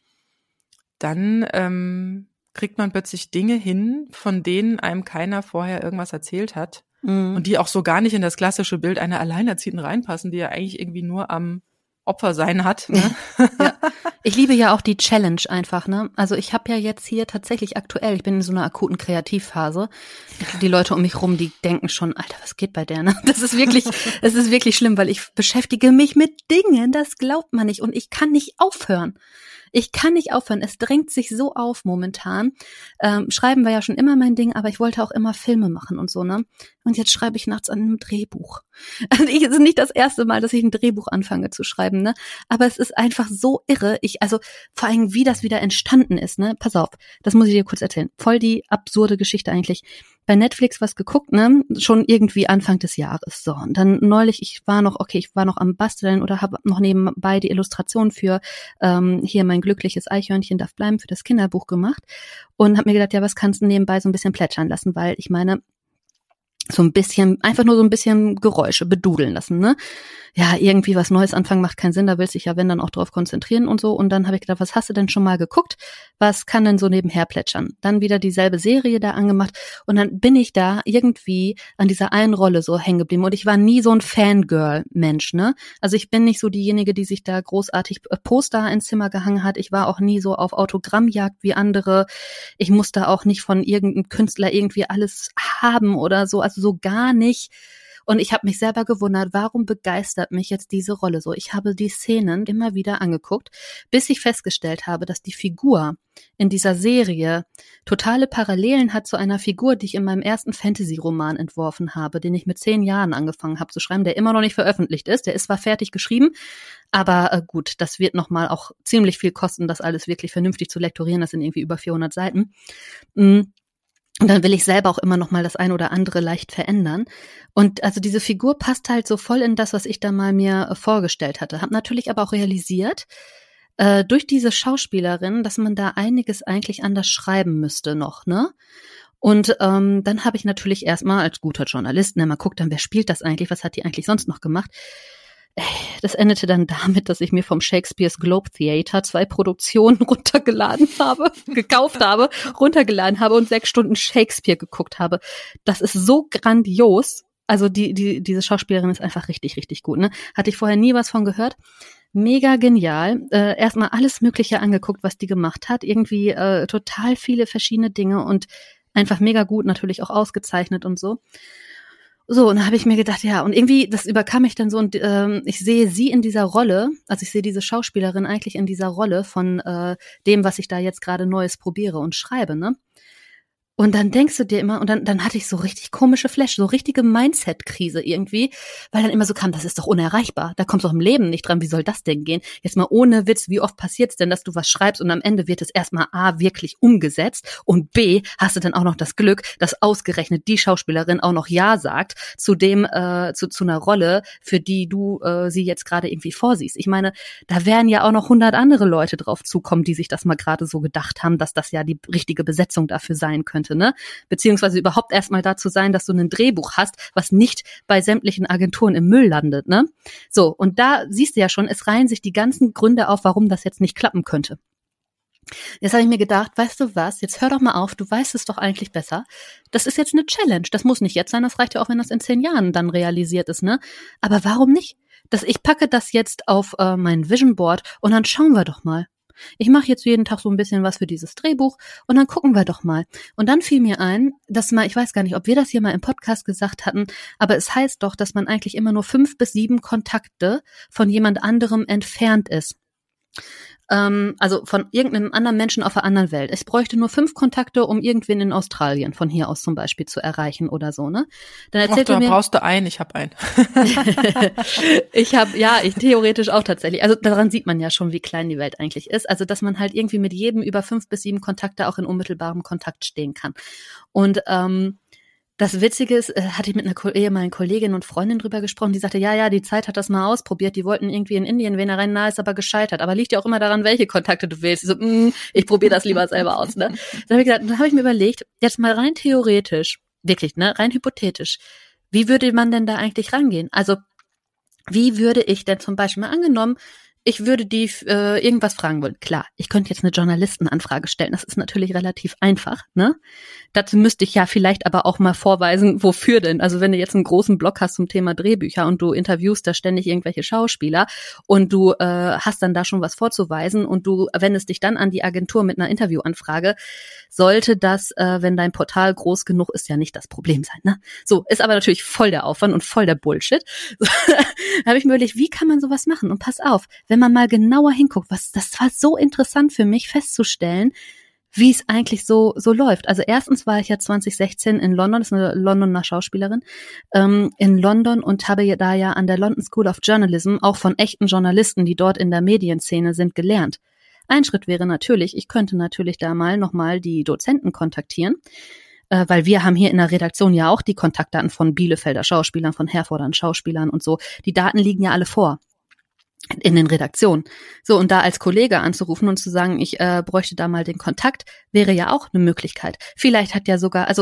dann kriegt man plötzlich Dinge hin, von denen einem keiner vorher irgendwas erzählt hat und die auch so gar nicht in das klassische Bild einer Alleinerziehenden reinpassen, die ja eigentlich irgendwie nur am Opfer sein hat. Ne? Ja. Ich liebe ja auch die Challenge einfach, ne? Also ich habe ja jetzt hier tatsächlich aktuell, ich bin in so einer akuten Kreativphase. Die Leute um mich rum, die denken schon, Alter, was geht bei der, ne? Das ist wirklich schlimm, weil ich beschäftige mich mit Dingen, das glaubt man nicht und ich kann nicht aufhören. Es drängt sich so auf momentan. Schreiben war ja schon immer mein Ding, aber ich wollte auch immer Filme machen und so, ne? Und jetzt schreibe ich nachts an einem Drehbuch. Also es ist nicht das erste Mal, dass ich ein Drehbuch anfange zu schreiben, ne? Aber es ist einfach so irre. Vor allem, wie das wieder entstanden ist, ne? Pass auf, das muss ich dir kurz erzählen. Voll die absurde Geschichte eigentlich. Bei Netflix was geguckt, ne? Schon irgendwie Anfang des Jahres. So, und dann neulich, ich war noch am Basteln oder habe noch nebenbei die Illustration für hier mein glückliches Eichhörnchen darf bleiben für das Kinderbuch gemacht und habe mir gedacht, ja, was kannst du nebenbei so ein bisschen plätschern lassen, weil ich meine, so ein bisschen, einfach nur so ein bisschen Geräusche bedudeln lassen, ne? Ja, irgendwie was Neues anfangen macht keinen Sinn, da willst du dich ja, wenn, dann auch drauf konzentrieren und so. Und dann habe ich gedacht, was hast du denn schon mal geguckt? Was kann denn so nebenher plätschern? Dann wieder dieselbe Serie da angemacht und dann bin ich da irgendwie an dieser einen Rolle so hängen geblieben. Und ich war nie so ein Fangirl-Mensch, ne? Also ich bin nicht so diejenige, die sich da großartig Poster ins Zimmer gehangen hat. Ich war auch nie so auf Autogrammjagd wie andere. Ich musste auch nicht von irgendeinem Künstler irgendwie alles haben oder so, also so gar nicht. Und ich habe mich selber gewundert, warum begeistert mich jetzt diese Rolle so? Ich habe die Szenen immer wieder angeguckt, bis ich festgestellt habe, dass die Figur in dieser Serie totale Parallelen hat zu einer Figur, die ich in meinem ersten Fantasy-Roman entworfen habe, den ich mit 10 Jahren angefangen habe zu schreiben, der immer noch nicht veröffentlicht ist. Der ist zwar fertig geschrieben, aber gut, das wird nochmal auch ziemlich viel kosten, das alles wirklich vernünftig zu lektorieren. Das sind irgendwie über 400 Seiten. Und dann will ich selber auch immer noch mal das ein oder andere leicht verändern. Und also diese Figur passt halt so voll in das, was ich da mal mir vorgestellt hatte. Hab natürlich aber auch realisiert, durch diese Schauspielerin, dass man da einiges eigentlich anders schreiben müsste noch, ne? Und dann habe ich natürlich erstmal als guter Journalist, ne, mal guckt dann, wer spielt das eigentlich, was hat die eigentlich sonst noch gemacht? Das endete dann damit, dass ich mir vom Shakespeare's Globe Theatre 2 Produktionen gekauft habe, runtergeladen habe und 6 Stunden Shakespeare geguckt habe. Das ist so grandios. Also diese Schauspielerin ist einfach richtig, richtig gut, ne? Hatte ich vorher nie was von gehört. Mega genial. Erstmal alles Mögliche angeguckt, was die gemacht hat. Irgendwie total viele verschiedene Dinge und einfach mega gut, natürlich auch ausgezeichnet und so. So, und dann habe ich mir gedacht, ja, und irgendwie, das überkam mich dann so, und ich sehe sie in dieser Rolle, also ich sehe diese Schauspielerin eigentlich in dieser Rolle von dem, was ich da jetzt gerade Neues probiere und schreibe, ne? Und dann denkst du dir immer, und dann hatte ich so richtig komische Flash, so richtige Mindset-Krise irgendwie, weil dann immer so kam, das ist doch unerreichbar, da kommst du auch im Leben nicht dran, wie soll das denn gehen? Jetzt mal ohne Witz, wie oft passiert's denn, dass du was schreibst und am Ende wird es erstmal A, wirklich umgesetzt und B, hast du dann auch noch das Glück, dass ausgerechnet die Schauspielerin auch noch Ja sagt zu dem, zu einer Rolle, für die du sie jetzt gerade irgendwie vorsiehst. Ich meine, da werden ja auch noch 100 andere Leute drauf zukommen, die sich das mal gerade so gedacht haben, dass das ja die richtige Besetzung dafür sein könnte. Ne? Beziehungsweise überhaupt erstmal dazu sein, dass du ein Drehbuch hast, was nicht bei sämtlichen Agenturen im Müll landet. Ne? So, und da siehst du ja schon, es reihen sich die ganzen Gründe auf, warum das jetzt nicht klappen könnte. Jetzt habe ich mir gedacht, weißt du was, jetzt hör doch mal auf, du weißt es doch eigentlich besser. Das ist jetzt eine Challenge, das muss nicht jetzt sein, das reicht ja auch, wenn das in 10 Jahren dann realisiert ist. Ne? Aber warum nicht? Ich packe das jetzt auf mein Vision Board und dann schauen wir doch mal. Ich mache jetzt jeden Tag so ein bisschen was für dieses Drehbuch und dann gucken wir doch mal. Und dann fiel mir ein, dass man, ich weiß gar nicht, ob wir das hier mal im Podcast gesagt hatten, aber es heißt doch, dass man eigentlich immer nur 5 bis 7 Kontakte von jemand anderem entfernt ist. Also von irgendeinem anderen Menschen auf der anderen Welt. Ich bräuchte nur 5 Kontakte, um irgendwen in Australien von hier aus zum Beispiel zu erreichen oder so, ne? Dann erzählt er mir, brauchst du einen, ich habe einen. Ich theoretisch auch tatsächlich. Also daran sieht man ja schon, wie klein die Welt eigentlich ist. Also dass man halt irgendwie mit jedem über 5 bis 7 Kontakte auch in unmittelbarem Kontakt stehen kann. Und das Witzige ist, hatte ich mit einer ehemaligen Kollegin und Freundin drüber gesprochen, die sagte, ja, die Zeit hat das mal ausprobiert, die wollten irgendwie in Indien wen rein, ist aber gescheitert. Aber liegt ja auch immer daran, welche Kontakte du willst. Ich so, ich probiere das lieber selber aus. Ne? Dann habe ich mir überlegt, jetzt mal rein theoretisch, wirklich, ne, rein hypothetisch, wie würde man denn da eigentlich rangehen? Also, wie würde ich denn zum Beispiel mal angenommen, ich würde die irgendwas fragen wollen. Klar, ich könnte jetzt eine Journalistenanfrage stellen. Das ist natürlich relativ einfach, ne? Dazu müsste ich ja vielleicht aber auch mal vorweisen, wofür denn? Also wenn du jetzt einen großen Blog hast zum Thema Drehbücher und du interviewst da ständig irgendwelche Schauspieler und du hast dann da schon was vorzuweisen und du wendest dich dann an die Agentur mit einer Interviewanfrage, sollte das, wenn dein Portal groß genug ist, ja nicht das Problem sein, ne? So, ist aber natürlich voll der Aufwand und voll der Bullshit. So, da habe ich mir überlegt, wie kann man sowas machen? Und pass auf, wenn man mal genauer hinguckt, das war so interessant für mich festzustellen, wie es eigentlich so läuft. Also erstens war ich ja 2016 in London, das ist eine Londoner Schauspielerin, in London und habe da ja an der London School of Journalism auch von echten Journalisten, die dort in der Medienszene sind, gelernt. Ein Schritt wäre natürlich, ich könnte natürlich da nochmal die Dozenten kontaktieren, weil wir haben hier in der Redaktion ja auch die Kontaktdaten von Bielefelder Schauspielern, von Herforder Schauspielern und so. Die Daten liegen ja alle vor in den Redaktionen. So, und da als Kollege anzurufen und zu sagen, ich bräuchte da mal den Kontakt, wäre ja auch eine Möglichkeit. Vielleicht hat ja sogar, also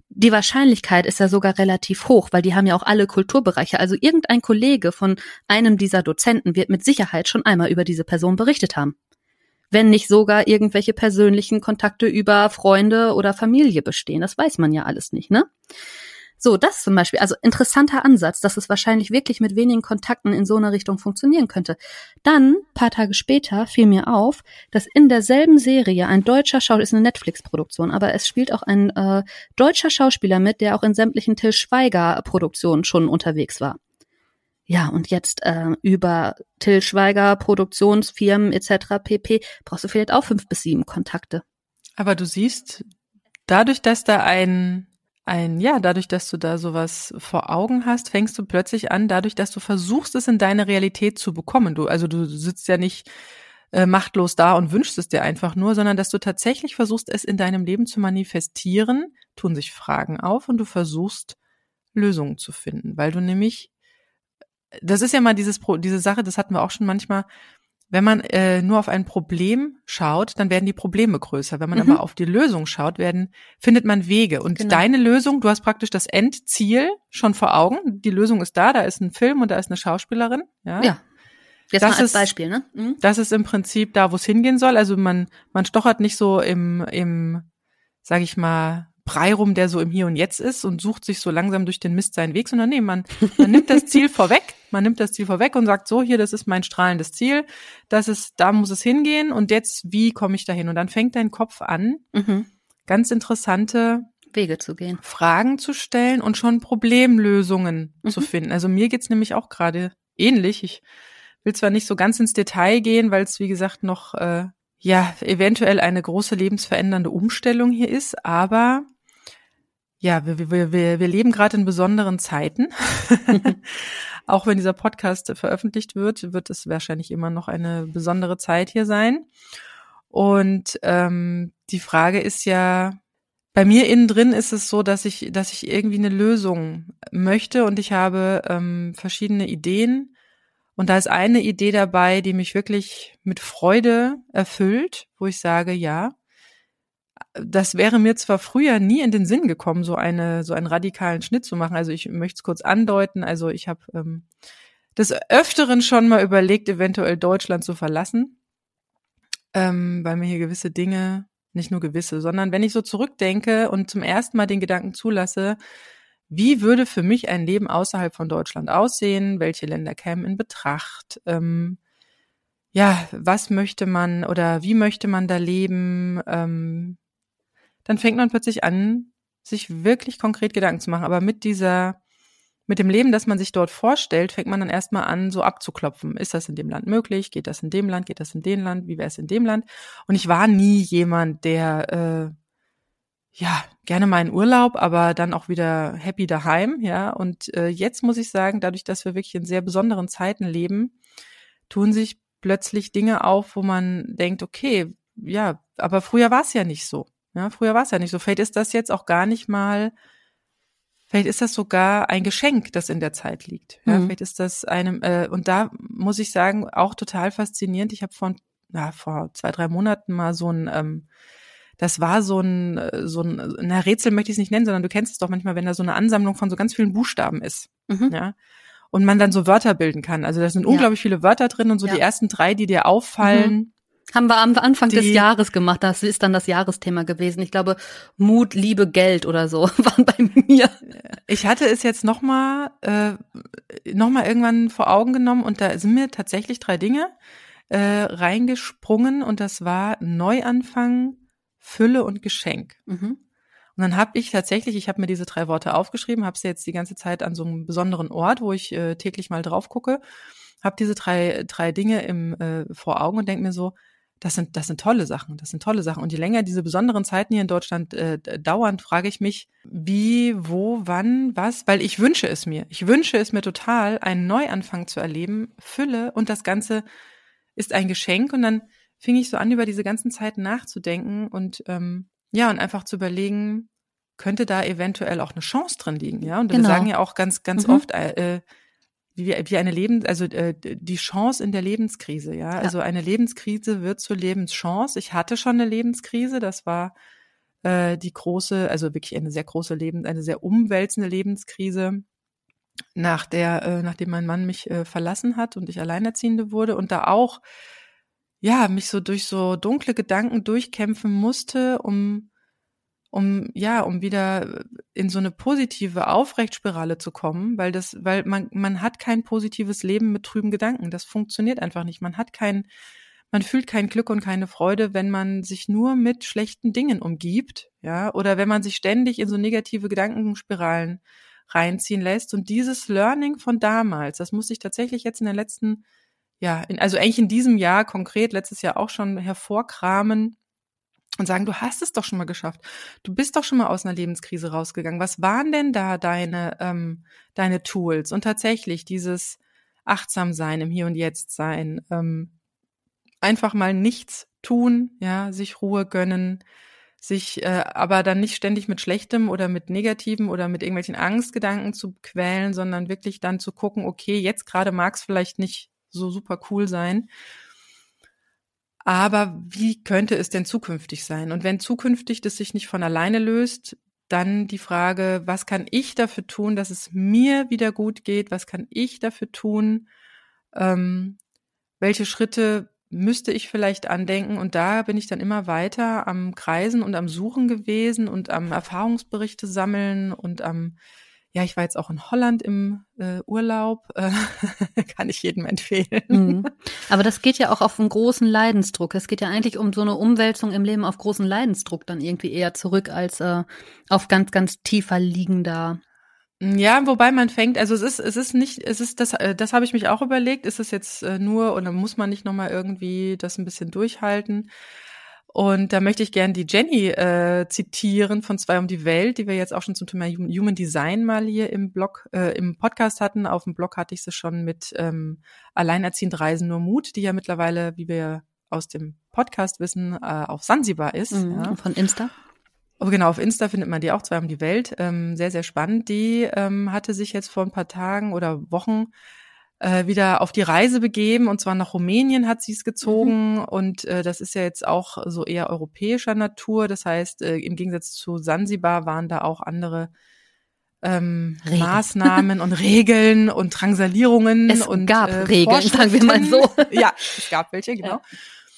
die Wahrscheinlichkeit ist ja sogar relativ hoch, weil die haben ja auch alle Kulturbereiche. Also irgendein Kollege von einem dieser Dozenten wird mit Sicherheit schon einmal über diese Person berichtet haben. Wenn nicht sogar irgendwelche persönlichen Kontakte über Freunde oder Familie bestehen. Das weiß man ja alles nicht, ne? So, das zum Beispiel, also interessanter Ansatz, dass es wahrscheinlich wirklich mit wenigen Kontakten in so einer Richtung funktionieren könnte. Dann, paar Tage später, fiel mir auf, dass in derselben Serie ein deutscher Schauspieler, ist eine Netflix-Produktion, aber es spielt auch ein deutscher Schauspieler mit, der auch in sämtlichen Til Schweiger-Produktionen schon unterwegs war. Ja, und jetzt über Til Schweiger, Produktionsfirmen etc. pp. Brauchst du vielleicht auch 5 bis 7 Kontakte. Aber du siehst, dadurch, dass da dadurch, dass du da sowas vor Augen hast, fängst du plötzlich an, dadurch, dass du versuchst, es in deine Realität zu bekommen. Du sitzt ja nicht machtlos da und wünschst es dir einfach nur, sondern dass du tatsächlich versuchst, es in deinem Leben zu manifestieren, tun sich Fragen auf und du versuchst, Lösungen zu finden. Weil du nämlich, das ist ja mal diese Sache, das hatten wir auch schon manchmal, wenn man nur auf ein Problem schaut, dann werden die Probleme größer. Wenn man aber auf die Lösung schaut, findet man Wege. Und deine Lösung, du hast praktisch das Endziel schon vor Augen. Die Lösung ist da ist ein Film und da ist eine Schauspielerin. Ja. Jetzt das mal als Beispiel, ne? Mhm. Das ist im Prinzip da, wo es hingehen soll. Also man stochert nicht so im, sag ich mal, Brei rum, der so im Hier und Jetzt ist und sucht sich so langsam durch den Mist seinen Weg, sondern nee, man nimmt das Ziel vorweg. Man nimmt das Ziel vorweg und sagt so, hier, das ist mein strahlendes Ziel. Da muss es hingehen und jetzt, wie komme ich dahin? Und dann fängt dein Kopf an, ganz interessante Wege zu gehen, Fragen zu stellen und schon Problemlösungen zu finden. Also mir geht's nämlich auch gerade ähnlich. Ich will zwar nicht so ganz ins Detail gehen, weil es, wie gesagt, noch eventuell eine große lebensverändernde Umstellung hier ist, aber ja, wir leben gerade in besonderen Zeiten. Auch wenn dieser Podcast veröffentlicht wird es wahrscheinlich immer noch eine besondere Zeit hier sein. Und die Frage ist ja, bei mir innen drin ist es so, dass ich irgendwie eine Lösung möchte und ich habe verschiedene Ideen. Und da ist eine Idee dabei, die mich wirklich mit Freude erfüllt, wo ich sage, ja, das wäre mir zwar früher nie in den Sinn gekommen, so einen radikalen Schnitt zu machen. Also ich möchte es kurz andeuten. Also ich habe des Öfteren schon mal überlegt, eventuell Deutschland zu verlassen, weil mir hier gewisse Dinge, nicht nur gewisse, sondern wenn ich so zurückdenke und zum ersten Mal den Gedanken zulasse, wie würde für mich ein Leben außerhalb von Deutschland aussehen? Welche Länder kämen in Betracht? Was möchte man oder wie möchte man da leben? Dann fängt man plötzlich an, sich wirklich konkret Gedanken zu machen. Aber mit dem Leben, das man sich dort vorstellt, fängt man dann erstmal an, so abzuklopfen. Ist das in dem Land möglich? Geht das in dem Land? Geht das in dem Land? Wie wäre es in dem Land? Und ich war nie jemand, der gerne mal in Urlaub, aber dann auch wieder happy daheim, ja. Und jetzt muss ich sagen, dadurch, dass wir wirklich in sehr besonderen Zeiten leben, tun sich plötzlich Dinge auf, wo man denkt, okay, ja, aber früher war es ja nicht so. Ja, früher war es ja nicht so. Vielleicht ist das jetzt auch gar nicht mal, vielleicht ist das sogar ein Geschenk, das in der Zeit liegt. Ja, vielleicht ist das und da muss ich sagen, auch total faszinierend. Ich habe vor 2-3 Monaten mal das war so ein Rätsel möchte ich es nicht nennen, sondern du kennst es doch manchmal, wenn da so eine Ansammlung von so ganz vielen Buchstaben ist. Ja. Und man dann so Wörter bilden kann. Also da sind unglaublich viele Wörter drin und so die ersten 3, die dir auffallen. Haben wir am Anfang des Jahres gemacht. Das ist dann das Jahresthema gewesen. Ich glaube, Mut, Liebe, Geld oder so waren bei mir. Ich hatte es jetzt noch mal irgendwann vor Augen genommen und da sind mir tatsächlich 3 Dinge reingesprungen und das war Neuanfang, Fülle und Geschenk. Und dann habe ich mir diese 3 Worte aufgeschrieben, habe sie jetzt die ganze Zeit an so einem besonderen Ort, wo ich täglich mal drauf gucke, habe diese drei Dinge vor Augen und denke mir so, das sind tolle Sachen, das sind tolle Sachen. Und je länger diese besonderen Zeiten hier in Deutschland dauern, frage ich mich, wie, wo, wann, was, weil ich wünsche es mir. Ich wünsche es mir total, einen Neuanfang zu erleben, Fülle und das Ganze ist ein Geschenk. Und dann fing ich so an, über diese ganzen Zeiten nachzudenken und und einfach zu überlegen, könnte da eventuell auch eine Chance drin liegen, ja? Und wir sagen ja auch ganz oft, wie eine die Chance in der Lebenskrise, ja? Also eine Lebenskrise wird zur Lebenschance. Ich hatte schon eine Lebenskrise, das war die große, also wirklich eine sehr große eine sehr umwälzende Lebenskrise, nachdem mein Mann mich verlassen hat und ich Alleinerziehende wurde und da auch, ja, mich so durch so dunkle Gedanken durchkämpfen musste, um wieder in so eine positive Aufrechtsspirale zu kommen, weil man hat kein positives Leben mit trüben Gedanken. Das funktioniert einfach nicht. Man fühlt kein Glück und keine Freude, wenn man sich nur mit schlechten Dingen umgibt, ja, oder wenn man sich ständig in so negative Gedankenspiralen reinziehen lässt. Und dieses Learning von damals, das musste ich tatsächlich jetzt in den letzten, also eigentlich in diesem Jahr konkret, letztes Jahr auch schon hervorkramen und sagen, du hast es doch schon mal geschafft. Du bist doch schon mal aus einer Lebenskrise rausgegangen. Was waren denn da deine Tools? Und tatsächlich dieses Achtsamsein, im Hier und Jetzt sein, einfach mal nichts tun, ja, sich Ruhe gönnen, sich aber dann nicht ständig mit Schlechtem oder mit Negativem oder mit irgendwelchen Angstgedanken zu quälen, sondern wirklich dann zu gucken, okay, jetzt gerade mag es vielleicht nicht so super cool sein, aber wie könnte es denn zukünftig sein? Und wenn zukünftig das sich nicht von alleine löst, dann die Frage, was kann ich dafür tun, dass es mir wieder gut geht? Was kann ich dafür tun? Welche Schritte müsste ich vielleicht andenken? Und da bin ich dann immer weiter am Kreisen und am Suchen gewesen und am Erfahrungsberichte sammeln und ich war jetzt auch in Holland im Urlaub, kann ich jedem empfehlen. Mhm. Aber das geht ja auch auf einen großen Leidensdruck. Es geht ja eigentlich um so eine Umwälzung im Leben auf großen Leidensdruck dann irgendwie eher zurück als auf ganz, ganz tiefer liegender. Ja, wobei man fängt, also das habe ich mich auch überlegt, ist es jetzt nur, oder muss man nicht nochmal irgendwie das ein bisschen durchhalten? Und da möchte ich gerne die Jenny zitieren von 2 um die Welt, die wir jetzt auch schon zum Thema Human Design mal hier im Podcast hatten. Auf dem Blog hatte ich sie schon mit Alleinerziehend Reisen nur Mut, die ja mittlerweile, wie wir aus dem Podcast wissen, auf Sansibar ist. Ja. Von Insta? Aber genau, auf Insta findet man die auch, 2 um die Welt. Sehr, sehr spannend. Die hatte sich jetzt vor ein paar Tagen oder Wochen wieder auf die Reise begeben, und zwar nach Rumänien hat sie es gezogen. Und das ist ja jetzt auch so eher europäischer Natur. Das heißt, im Gegensatz zu Sansibar waren da auch andere Maßnahmen und Regeln und Drangsalierungen. Es und gab Regeln, sagen wir mal so. Ja, es gab welche, genau. Ja.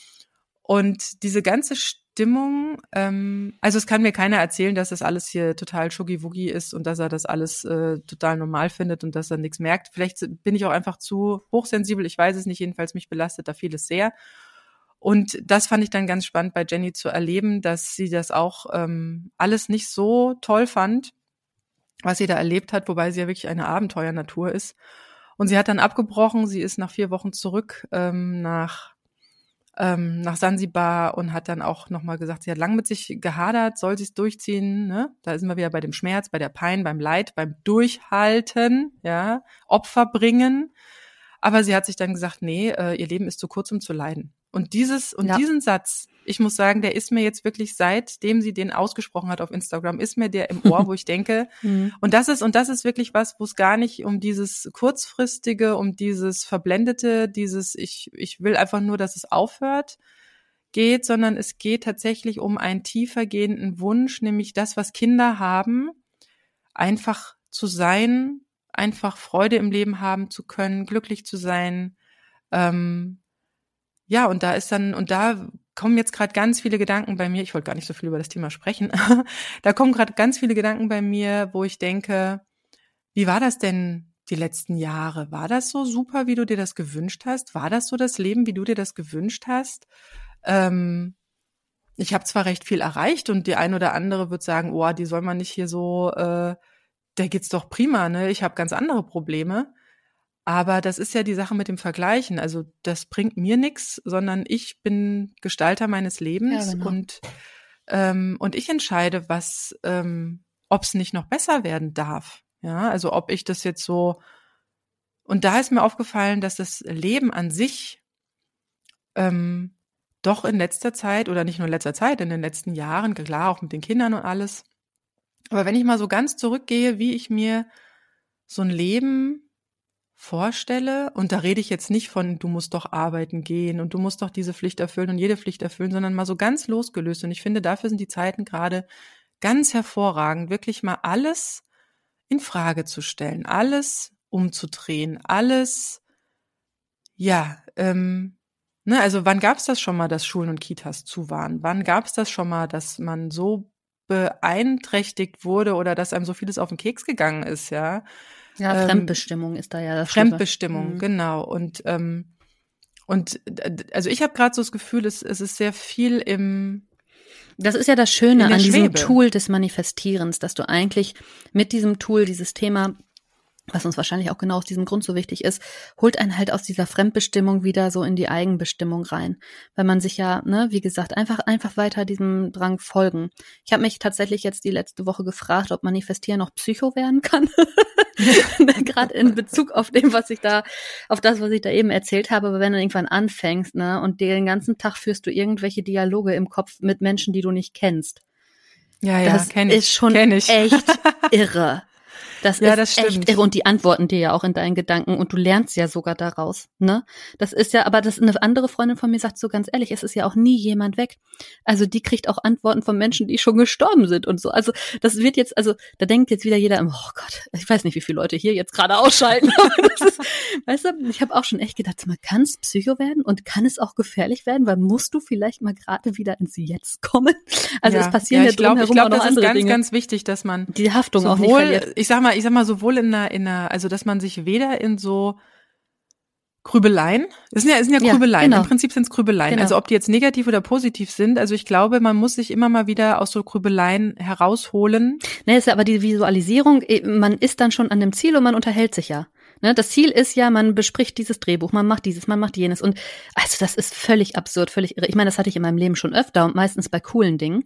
Und diese ganze Stimmung, also es kann mir keiner erzählen, dass das alles hier total schuggi-wuggi ist und dass er das alles total normal findet und dass er nichts merkt. Vielleicht bin ich auch einfach zu hochsensibel, ich weiß es nicht, jedenfalls mich belastet da vieles sehr. Und das fand ich dann ganz spannend bei Jenny zu erleben, dass sie das auch alles nicht so toll fand, was sie da erlebt hat, wobei sie ja wirklich eine Abenteuernatur ist. Und sie hat dann abgebrochen, sie ist nach 4 Wochen zurück nach Sansibar und hat dann auch nochmal gesagt, sie hat lang mit sich gehadert, soll sie es durchziehen, ne? Da sind wir wieder bei dem Schmerz, bei der Pein, beim Leid, beim Durchhalten, ja, Opfer bringen. Aber sie hat sich dann gesagt, nee, ihr Leben ist zu kurz, um zu leiden. Und diesen Satz, ich muss sagen, der ist mir jetzt wirklich, seitdem sie den ausgesprochen hat auf Instagram, ist mir der im Ohr, wo ich denke, und das ist wirklich was, wo es gar nicht um dieses kurzfristige, um dieses Verblendete, dieses ich will einfach nur, dass es aufhört, geht, sondern es geht tatsächlich um einen tiefer gehenden Wunsch, nämlich das, was Kinder haben, einfach zu sein, einfach Freude im Leben haben zu können, glücklich zu sein. Und da kommen jetzt gerade ganz viele Gedanken bei mir, ich wollte gar nicht so viel über das Thema sprechen, da kommen gerade ganz viele Gedanken bei mir, wo ich denke, wie war das denn die letzten Jahre? War das so super, wie du dir das gewünscht hast? War das so das Leben, wie du dir das gewünscht hast? Ich habe zwar recht viel erreicht und die ein oder andere wird sagen, oh, die soll man nicht hier so, der geht's doch prima, ne? Ich habe ganz andere Probleme. Aber das ist ja die Sache mit dem Vergleichen. Also das bringt mir nichts, sondern ich bin Gestalter meines Lebens, ja, genau. Und ich entscheide, ob es nicht noch besser werden darf. Ja, also ob ich das jetzt so. Und da ist mir aufgefallen, dass das Leben an sich doch in letzter Zeit, oder nicht nur in letzter Zeit, in den letzten Jahren, klar, auch mit den Kindern und alles. Aber wenn ich mal so ganz zurückgehe, wie ich mir so ein Leben vorstelle, und da rede ich jetzt nicht von, du musst doch arbeiten gehen und du musst doch diese Pflicht erfüllen und jede Pflicht erfüllen, sondern mal so ganz losgelöst. Und ich finde, dafür sind die Zeiten gerade ganz hervorragend, wirklich mal alles in Frage zu stellen, alles umzudrehen, alles, also wann gab es das schon mal, dass Schulen und Kitas zu waren? Wann gab es das schon mal, dass man so beeinträchtigt wurde oder dass einem so vieles auf den Keks gegangen ist, ja? Ja, Fremdbestimmung ist da ja das Fremdbestimmung, genau. Und also ich habe gerade so das Gefühl, es ist sehr viel Das ist ja das Schöne an diesem Schwebe. Tool des Manifestierens, dass du eigentlich mit diesem Tool dieses Thema, was uns wahrscheinlich auch genau aus diesem Grund so wichtig ist, holt einen halt aus dieser Fremdbestimmung wieder so in die Eigenbestimmung rein. Weil man sich ja, wie gesagt, einfach weiter diesem Drang folgen. Ich habe mich tatsächlich jetzt die letzte Woche gefragt, ob Manifestieren noch Psycho werden kann. Gerade in Bezug auf dem, was ich da eben erzählt habe. Aber wenn du irgendwann anfängst, und den ganzen Tag führst du irgendwelche Dialoge im Kopf mit Menschen, die du nicht kennst. Ja, das ist schon echt irre. Das ist echt irre. Und die antworten dir ja auch in deinen Gedanken und du lernst ja sogar daraus, ne? Das ist ja, aber eine andere Freundin von mir sagt so ganz ehrlich, es ist ja auch nie jemand weg. Also die kriegt auch Antworten von Menschen, die schon gestorben sind und so. Also das wird jetzt, da denkt jetzt wieder jeder, oh Gott, ich weiß nicht, wie viele Leute hier jetzt gerade ausschalten. Weißt du, ich habe auch schon echt gedacht, kann es Psycho werden und kann es auch gefährlich werden, weil musst du vielleicht mal gerade wieder ins Jetzt kommen? Also es passieren ja drumherum auch noch andere Dinge. Ich glaube, das ist ganz wichtig, dass man die Haftung auch nicht verliert. Ich sag mal, sowohl in einer, also dass man sich weder in so Grübeleien, es sind ja Grübeleien, genau. Im Prinzip sind es Grübeleien, genau. Also ob die jetzt negativ oder positiv sind, also ich glaube, man muss sich immer mal wieder aus so Grübeleien herausholen. Ne, ist ja aber die Visualisierung, man ist dann schon an dem Ziel und man unterhält sich ja. Ne, das Ziel ist ja, man bespricht dieses Drehbuch, man macht dieses, man macht jenes und also das ist völlig absurd, völlig irre. Ich meine, das hatte ich in meinem Leben schon öfter und meistens bei coolen Dingen,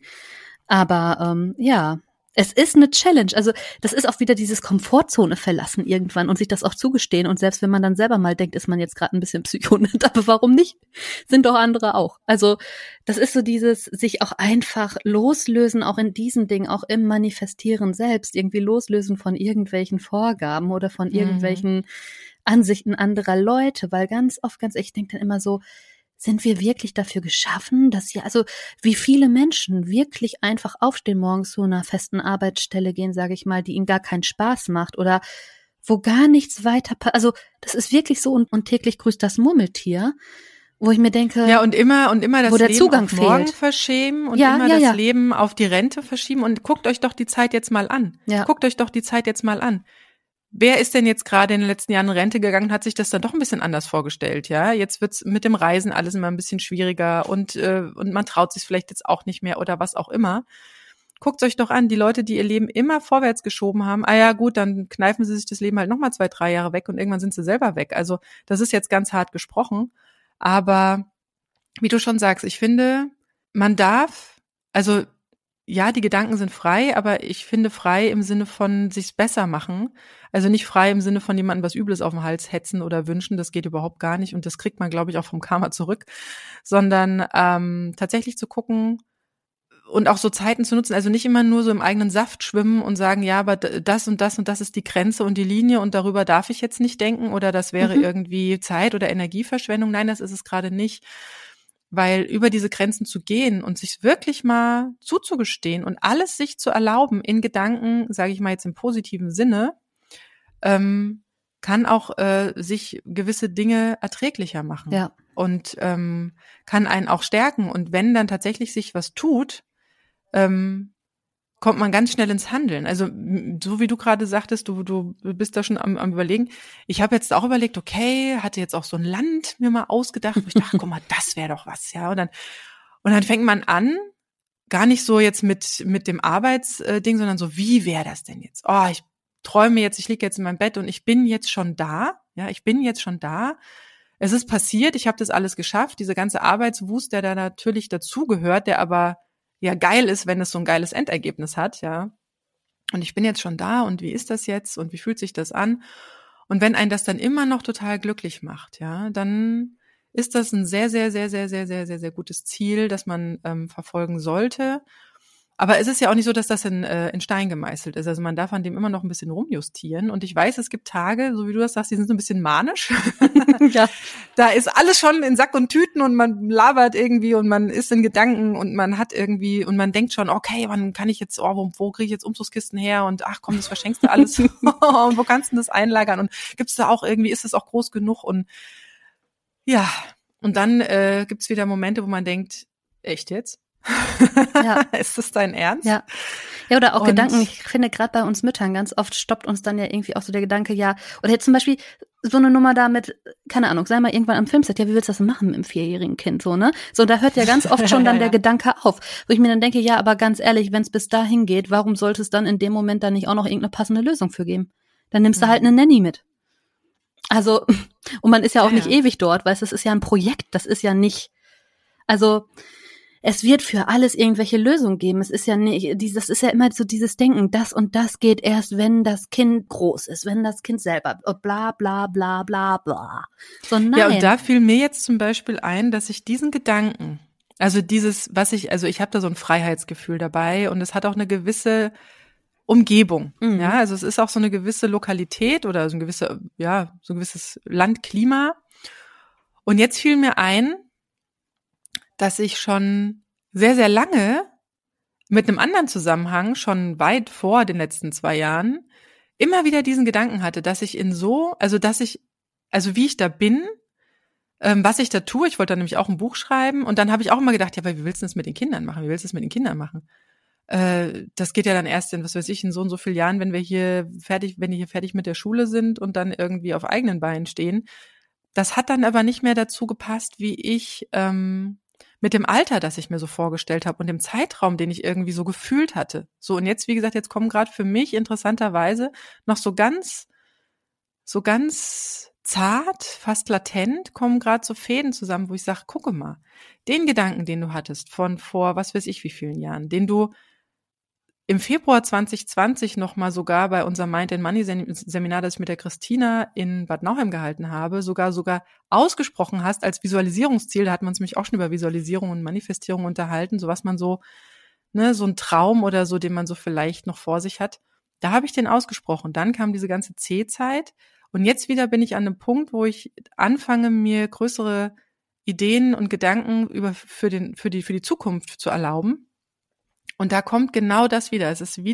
aber es ist eine Challenge. Also das ist auch wieder dieses Komfortzone verlassen irgendwann und sich das auch zugestehen. Und selbst wenn man dann selber mal denkt, ist man jetzt gerade ein bisschen psychonett, aber warum nicht? Sind doch andere auch. Also das ist so dieses sich auch einfach loslösen, auch in diesen Dingen, auch im Manifestieren selbst, irgendwie loslösen von irgendwelchen Vorgaben oder von irgendwelchen Ansichten anderer Leute. Weil ganz oft, ich denke dann immer so, sind wir wirklich dafür geschaffen, dass wie viele Menschen wirklich einfach aufstehen, morgens zu einer festen Arbeitsstelle gehen, sage ich mal, die ihnen gar keinen Spaß macht oder wo gar nichts weiter, also das ist wirklich so und täglich grüßt das Murmeltier, wo ich mir denke, ja und immer das wo der Leben Zugang auf morgen fehlt. Verschieben und das Leben auf die Rente verschieben und guckt euch doch die Zeit jetzt mal an. Ja. Guckt euch doch die Zeit jetzt mal an. Wer ist denn jetzt gerade in den letzten Jahren in Rente gegangen, hat sich das dann doch ein bisschen anders vorgestellt, ja? Jetzt wird's mit dem Reisen alles immer ein bisschen schwieriger und man traut sich vielleicht jetzt auch nicht mehr oder was auch immer. Guckt euch doch an, die Leute, die ihr Leben immer vorwärts geschoben haben, gut, dann kneifen sie sich das Leben halt nochmal 2-3 Jahre weg und irgendwann sind sie selber weg. Also das ist jetzt ganz hart gesprochen, aber wie du schon sagst, ich finde, man darf, ja, die Gedanken sind frei, aber ich finde frei im Sinne von sich's besser machen. Also nicht frei im Sinne von jemandem was Übles auf den Hals hetzen oder wünschen, das geht überhaupt gar nicht und das kriegt man, glaube ich, auch vom Karma zurück, sondern tatsächlich zu gucken und auch so Zeiten zu nutzen, also nicht immer nur so im eigenen Saft schwimmen und sagen, ja, aber das und das und das ist die Grenze und die Linie und darüber darf ich jetzt nicht denken oder das wäre irgendwie Zeit- oder Energieverschwendung. Nein, das ist es gerade nicht. Weil über diese Grenzen zu gehen und sich wirklich mal zuzugestehen und alles sich zu erlauben in Gedanken, sage ich mal jetzt im positiven Sinne, kann auch sich gewisse Dinge erträglicher machen. Ja. Und kann einen auch stärken. Und wenn dann tatsächlich sich was tut, kommt man ganz schnell ins Handeln. Also so wie du gerade sagtest, du bist da schon am Überlegen. Ich habe jetzt auch überlegt, okay, hatte jetzt auch so ein Land mir mal ausgedacht, wo ich dachte, guck mal, das wäre doch was, ja. Und dann fängt man an, gar nicht so jetzt mit dem Arbeitsding, sondern so, wie wäre das denn jetzt? Oh, ich träume jetzt, ich liege jetzt in meinem Bett und ich bin jetzt schon da. Ja, ich bin jetzt schon da. Es ist passiert, ich habe das alles geschafft. Diese ganze Arbeitswust, der da natürlich dazugehört, der aber ja geil ist, wenn es so ein geiles Endergebnis hat, ja. Und ich bin jetzt schon da und wie ist das jetzt und wie fühlt sich das an? Und wenn einen das dann immer noch total glücklich macht, ja, dann ist das ein sehr, sehr, sehr, sehr, sehr, sehr, sehr, sehr gutes Ziel, das man verfolgen sollte. Aber es ist ja auch nicht so, dass das in Stein gemeißelt ist. Also man darf an dem immer noch ein bisschen rumjustieren. Und ich weiß, es gibt Tage, so wie du das sagst, die sind so ein bisschen manisch. Ja. Da ist alles schon in Sack und Tüten und man labert irgendwie und man ist in Gedanken und man hat irgendwie und man denkt schon, okay, wann kann ich jetzt, wo kriege ich jetzt Umzugskisten her und ach komm, das verschenkst du alles und wo kannst du das einlagern und gibt's da auch irgendwie, ist das auch groß genug und ja, und dann gibt's wieder Momente, wo man denkt, echt jetzt? Ja. Ist das dein Ernst? Ja. Ja, oder auch Und Gedanken, ich finde gerade bei uns Müttern ganz oft stoppt uns dann ja irgendwie auch so der Gedanke, ja, oder jetzt zum Beispiel so eine Nummer da mit, keine Ahnung, sei mal irgendwann am Filmset, ja, wie willst du das denn machen mit einem 4-jährigen Kind, so, ne? So, da hört ja ganz oft schon dann der Gedanke auf, wo ich mir dann denke, ja, aber ganz ehrlich, wenn es bis dahin geht, warum sollte es dann in dem Moment dann nicht auch noch irgendeine passende Lösung für geben? Dann nimmst du halt eine Nanny mit. Also, und man ist ja auch nicht ewig dort, weißt du, es ist ja ein Projekt, das ist ja nicht, also, es wird für alles irgendwelche Lösungen geben. Es ist ja nicht, das ist ja immer so dieses Denken, das und das geht erst, wenn das Kind groß ist, wenn das Kind selber, bla, bla, bla, bla, bla. So, nein. Ja, und da fiel mir jetzt zum Beispiel ein, dass ich diesen Gedanken, also ich habe da so ein Freiheitsgefühl dabei und es hat auch eine gewisse Umgebung. Mhm. Ja, also es ist auch so eine gewisse Lokalität oder so ein gewisses Landklima. Und jetzt fiel mir ein, dass ich schon sehr, sehr lange mit einem anderen Zusammenhang, schon weit vor den letzten 2 Jahren, immer wieder diesen Gedanken hatte, wie ich da bin, was ich da tue. Ich wollte da nämlich auch ein Buch schreiben und dann habe ich auch immer gedacht, ja, aber wie willst du das mit den Kindern machen? Wie willst du das mit den Kindern machen? Das geht ja dann erst in, was weiß ich, in so und so vielen Jahren, wenn die hier fertig mit der Schule sind und dann irgendwie auf eigenen Beinen stehen. Das hat dann aber nicht mehr dazu gepasst, wie ich mit dem Alter, das ich mir so vorgestellt habe und dem Zeitraum, den ich irgendwie so gefühlt hatte. So, und jetzt, wie gesagt, jetzt kommen gerade für mich interessanterweise noch so ganz zart, fast latent, kommen gerade so Fäden zusammen, wo ich sage, gucke mal, den Gedanken, den du hattest von vor, was weiß ich, wie vielen Jahren, den du im Februar 2020 nochmal sogar bei unserem Mind and Money Seminar, das ich mit der Christina in Bad Nauheim gehalten habe, sogar ausgesprochen hast als Visualisierungsziel. Da hatten wir uns nämlich auch schon über Visualisierung und Manifestierung unterhalten, so was man so, ne, so ein Traum oder so, den man so vielleicht noch vor sich hat. Da habe ich den ausgesprochen. Dann kam diese ganze C-Zeit und jetzt wieder bin ich an einem Punkt, wo ich anfange, mir größere Ideen und Gedanken für die Zukunft zu erlauben. Und da kommt genau das wieder. Es ist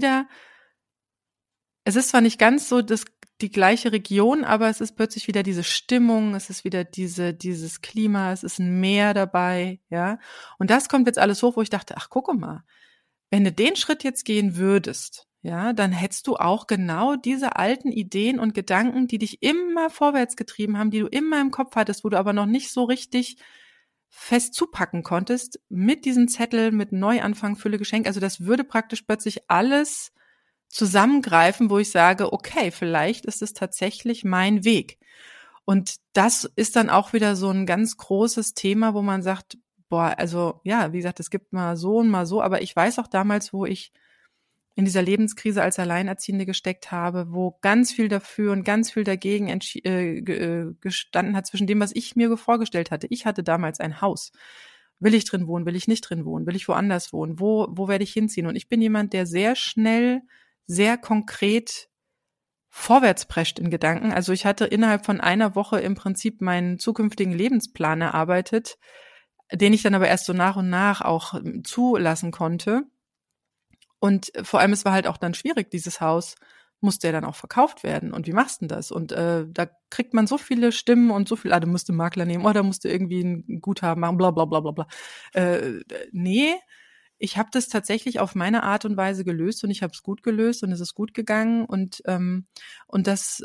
zwar nicht ganz so die gleiche Region, aber es ist plötzlich wieder diese Stimmung, es ist wieder dieses Klima, es ist ein Meer dabei, ja. Und das kommt jetzt alles hoch, wo ich dachte, ach, gucke mal, wenn du den Schritt jetzt gehen würdest, ja, dann hättest du auch genau diese alten Ideen und Gedanken, die dich immer vorwärts getrieben haben, die du immer im Kopf hattest, wo du aber noch nicht so richtig fest zupacken konntest, mit diesem Zettel, mit Neuanfang, Fülle, Geschenk. Also das würde praktisch plötzlich alles zusammengreifen, wo ich sage, okay, vielleicht ist es tatsächlich mein Weg. Und das ist dann auch wieder so ein ganz großes Thema, wo man sagt, boah, also ja, wie gesagt, es gibt mal so und mal so, aber ich weiß auch damals, wo ich in dieser Lebenskrise als Alleinerziehende gesteckt habe, wo ganz viel dafür und ganz viel dagegen gestanden hat zwischen dem, was ich mir vorgestellt hatte. Ich hatte damals ein Haus. Will ich drin wohnen? Will ich nicht drin wohnen? Will ich woanders wohnen? Wo werde ich hinziehen? Und ich bin jemand, der sehr schnell, sehr konkret vorwärts prescht in Gedanken. Also ich hatte innerhalb von einer Woche im Prinzip meinen zukünftigen Lebensplan erarbeitet, den ich dann aber erst so nach und nach auch zulassen konnte. Und vor allem, es war halt auch dann schwierig, dieses Haus musste ja dann auch verkauft werden. Und wie machst du denn das? Und da kriegt man so viele Stimmen und so viel, du musst einen Makler nehmen, da musst du irgendwie ein Guthaben machen, bla bla bla bla bla. Nee, ich habe das tatsächlich auf meine Art und Weise gelöst und ich habe es gut gelöst und es ist gut gegangen und das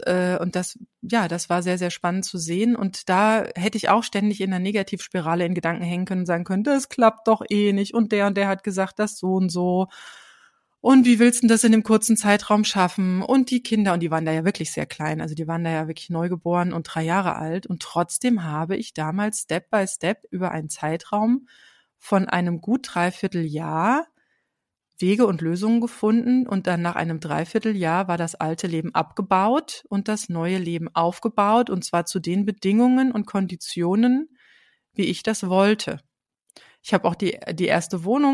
war sehr, sehr spannend zu sehen. Und da hätte ich auch ständig in einer Negativspirale in Gedanken hängen können und sagen können, das klappt doch eh nicht und der hat gesagt, das so und so. Und wie willst du das in dem kurzen Zeitraum schaffen? Und die Kinder, und die waren da ja wirklich sehr klein, also die waren da ja wirklich neugeboren und 3 Jahre alt. Und trotzdem habe ich damals Step by Step über einen Zeitraum von einem gut 3/4 Jahr Wege und Lösungen gefunden. Und dann nach einem 3/4 Jahr war das alte Leben abgebaut und das neue Leben aufgebaut. Und zwar zu den Bedingungen und Konditionen, wie ich das wollte. Ich habe auch die erste Wohnung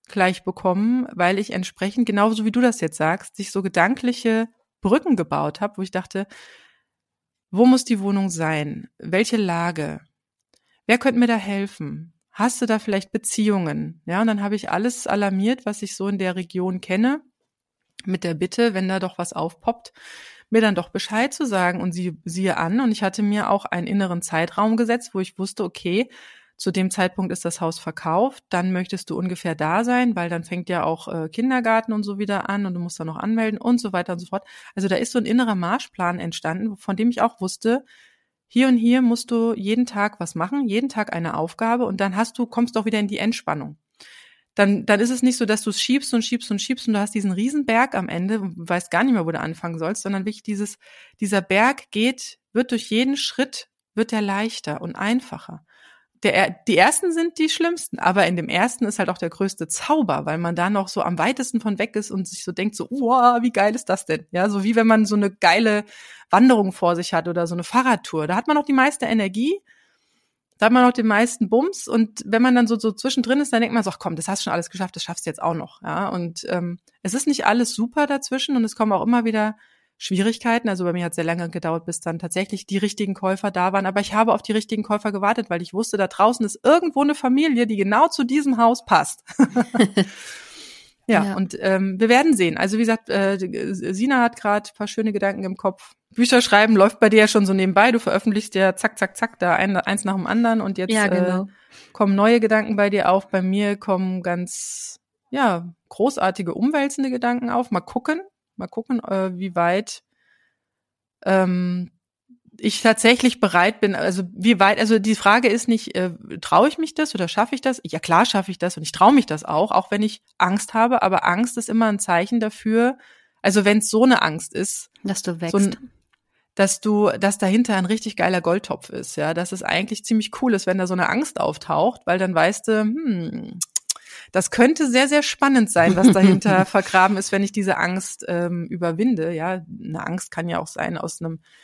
gleich bekommen, weil ich entsprechend, genauso wie du das jetzt sagst, sich so gedankliche Brücken gebaut habe, wo ich dachte, wo muss die Wohnung sein? Welche Lage? Wer könnte mir da helfen? Hast du da vielleicht Beziehungen? Ja, und dann habe ich alles alarmiert, was ich so in der Region kenne, mit der Bitte, wenn da doch was aufpoppt, mir dann doch Bescheid zu sagen und siehe an. Und ich hatte mir auch einen inneren Zeitraum gesetzt, wo ich wusste, okay, zu dem Zeitpunkt ist das Haus verkauft, dann möchtest du ungefähr da sein, weil dann fängt ja auch Kindergarten und so wieder an und du musst dann noch anmelden und so weiter und so fort. Also da ist so ein innerer Marschplan entstanden, von dem ich auch wusste, hier und hier musst du jeden Tag was machen, jeden Tag eine Aufgabe und dann kommst du auch wieder in die Entspannung. Dann ist es nicht so, dass du es schiebst und du hast diesen Riesenberg am Ende und weißt gar nicht mehr, wo du anfangen sollst, sondern wirklich dieser Berg wird durch jeden Schritt, wird der leichter und einfacher. Die ersten sind die schlimmsten, aber in dem ersten ist halt auch der größte Zauber, weil man da noch so am weitesten von weg ist und sich so denkt so, wow, wie geil ist das denn? Ja, so wie wenn man so eine geile Wanderung vor sich hat oder so eine Fahrradtour. Da hat man noch die meiste Energie, da hat man noch den meisten Bums und wenn man dann so zwischendrin ist, dann denkt man so, ach komm, das hast du schon alles geschafft, das schaffst du jetzt auch noch. Ja, und es ist nicht alles super dazwischen und es kommen auch immer wieder Schwierigkeiten. Also bei mir hat es sehr lange gedauert, bis dann tatsächlich die richtigen Käufer da waren. Aber ich habe auf die richtigen Käufer gewartet, weil ich wusste, da draußen ist irgendwo eine Familie, die genau zu diesem Haus passt. Ja, und wir werden sehen. Also wie gesagt, Sina hat gerade ein paar schöne Gedanken im Kopf. Bücher schreiben läuft bei dir ja schon so nebenbei. Du veröffentlichst ja zack, zack, zack, da eins nach dem anderen. Und jetzt kommen neue Gedanken bei dir auf. Bei mir kommen ganz großartige, umwälzende Gedanken auf. Mal gucken, wie weit ich tatsächlich bereit bin, also die Frage ist nicht, traue ich mich das oder schaffe ich das? Ja klar schaffe ich das und ich traue mich das auch wenn ich Angst habe, aber Angst ist immer ein Zeichen dafür, also wenn es so eine Angst ist, dass du wächst. Dass dahinter ein richtig geiler Goldtopf ist, ja, dass es eigentlich ziemlich cool ist, wenn da so eine Angst auftaucht, weil dann weißt du, das könnte sehr, sehr spannend sein, was dahinter vergraben ist, wenn ich diese Angst überwinde. Ja, eine Angst kann ja auch sein, aus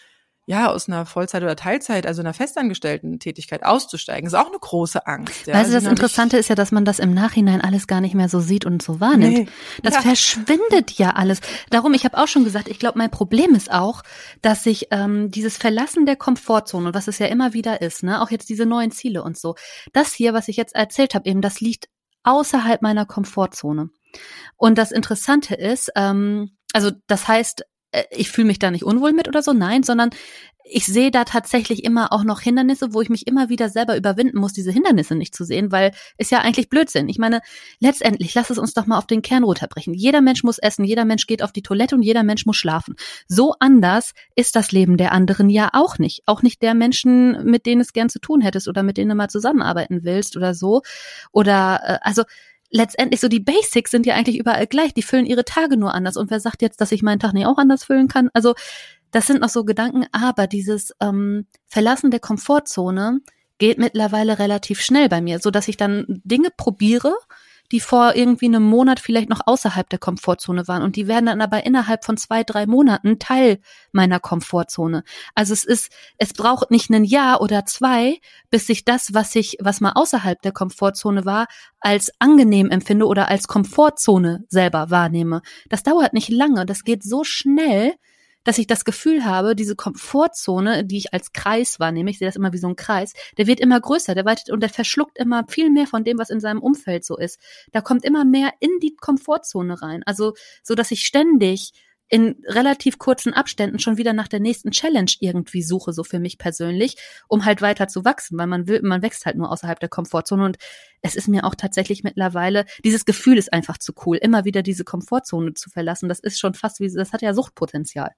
einer Vollzeit- oder Teilzeit, also einer festangestellten Tätigkeit auszusteigen. Das ist auch eine große Angst. Ja. Weißt du, das Interessante ist ja, dass man das im Nachhinein alles gar nicht mehr so sieht und so wahrnimmt. Nee. Das verschwindet ja alles. Darum, ich habe auch schon gesagt, ich glaube, mein Problem ist auch, dass sich dieses Verlassen der Komfortzone, was es ja immer wieder ist, ne, auch jetzt diese neuen Ziele und so, das hier, was ich jetzt erzählt habe, eben, das liegt außerhalb meiner Komfortzone. Und das Interessante ist, also das heißt, ich fühle mich da nicht unwohl mit oder so, nein, sondern ich sehe da tatsächlich immer auch noch Hindernisse, wo ich mich immer wieder selber überwinden muss, diese Hindernisse nicht zu sehen, weil ist ja eigentlich Blödsinn. Ich meine, letztendlich, lass es uns doch mal auf den Kern runterbrechen. Jeder Mensch muss essen, jeder Mensch geht auf die Toilette und jeder Mensch muss schlafen. So anders ist das Leben der anderen ja auch nicht. Auch nicht der Menschen, mit denen es gern zu tun hättest oder mit denen du mal zusammenarbeiten willst oder so. Oder, letztendlich so die Basics sind ja eigentlich überall gleich. Die füllen ihre Tage nur anders. Und wer sagt jetzt, dass ich meinen Tag nicht auch anders füllen kann? Also das sind noch so Gedanken. Aber dieses Verlassen der Komfortzone geht mittlerweile relativ schnell bei mir, so dass ich dann Dinge probiere, die vor irgendwie einem Monat vielleicht noch außerhalb der Komfortzone waren. Und die werden dann aber innerhalb von 2-3 Monaten Teil meiner Komfortzone. Also es braucht nicht ein Jahr oder 2, bis ich das, was mal außerhalb der Komfortzone war, als angenehm empfinde oder als Komfortzone selber wahrnehme. Das dauert nicht lange. Das geht so schnell, dass ich das Gefühl habe, diese Komfortzone, die ich als Kreis wahrnehme, ich sehe das immer wie so ein Kreis, der wird immer größer, der weitet und der verschluckt immer viel mehr von dem, was in seinem Umfeld so ist. Da kommt immer mehr in die Komfortzone rein. Also, so dass ich ständig in relativ kurzen Abständen schon wieder nach der nächsten Challenge irgendwie suche, so für mich persönlich, um halt weiter zu wachsen, weil man wächst halt nur außerhalb der Komfortzone und es ist mir auch tatsächlich mittlerweile, dieses Gefühl ist einfach zu cool, immer wieder diese Komfortzone zu verlassen, das ist schon fast wie, das hat ja Suchtpotenzial.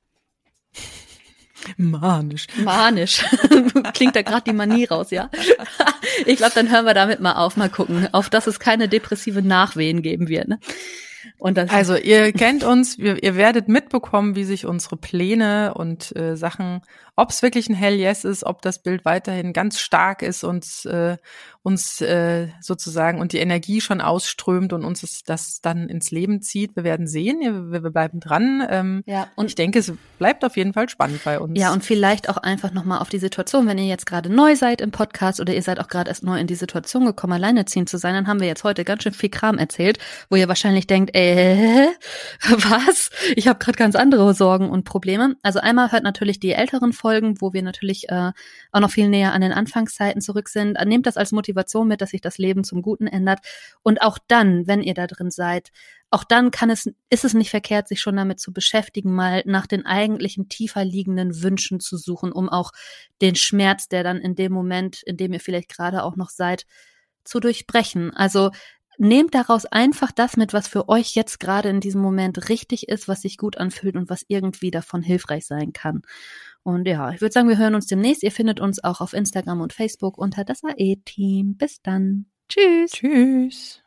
Manisch. Klingt da gerade die Manie raus, ja? Ich glaube, dann hören wir damit mal auf, mal gucken, auf dass es keine depressive Nachwehen geben wird, ne? Und das also ihr kennt uns, ihr werdet mitbekommen, wie sich unsere Pläne und Sachen, ob es wirklich ein Hell Yes ist, ob das Bild weiterhin ganz stark ist und uns sozusagen und die Energie schon ausströmt und uns das dann ins Leben zieht. Wir werden sehen, wir bleiben dran. Und ich denke, es bleibt auf jeden Fall spannend bei uns. Ja, und vielleicht auch einfach nochmal auf die Situation, wenn ihr jetzt gerade neu seid im Podcast oder ihr seid auch gerade erst neu in die Situation gekommen, alleinerziehend zu sein, dann haben wir jetzt heute ganz schön viel Kram erzählt, wo ihr wahrscheinlich denkt, was? Ich habe gerade ganz andere Sorgen und Probleme. Also einmal hört natürlich die älteren Folgen, wo wir natürlich auch noch viel näher an den Anfangszeiten zurück sind. Nehmt das als Motivation mit, dass sich das Leben zum Guten ändert. Und auch dann, wenn ihr da drin seid, auch dann ist es nicht verkehrt, sich schon damit zu beschäftigen, mal nach den eigentlichen tiefer liegenden Wünschen zu suchen, um auch den Schmerz, der dann in dem Moment, in dem ihr vielleicht gerade auch noch seid, zu durchbrechen. Also nehmt daraus einfach das mit, was für euch jetzt gerade in diesem Moment richtig ist, was sich gut anfühlt und was irgendwie davon hilfreich sein kann. Und ja, ich würde sagen, wir hören uns demnächst. Ihr findet uns auch auf Instagram und Facebook unter das AE-Team. Bis dann. Tschüss. Tschüss.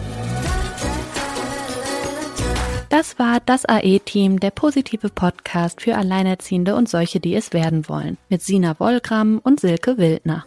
Das war das AE-Team, der positive Podcast für Alleinerziehende und solche, die es werden wollen. Mit Sina Wollgramm und Silke Wildner.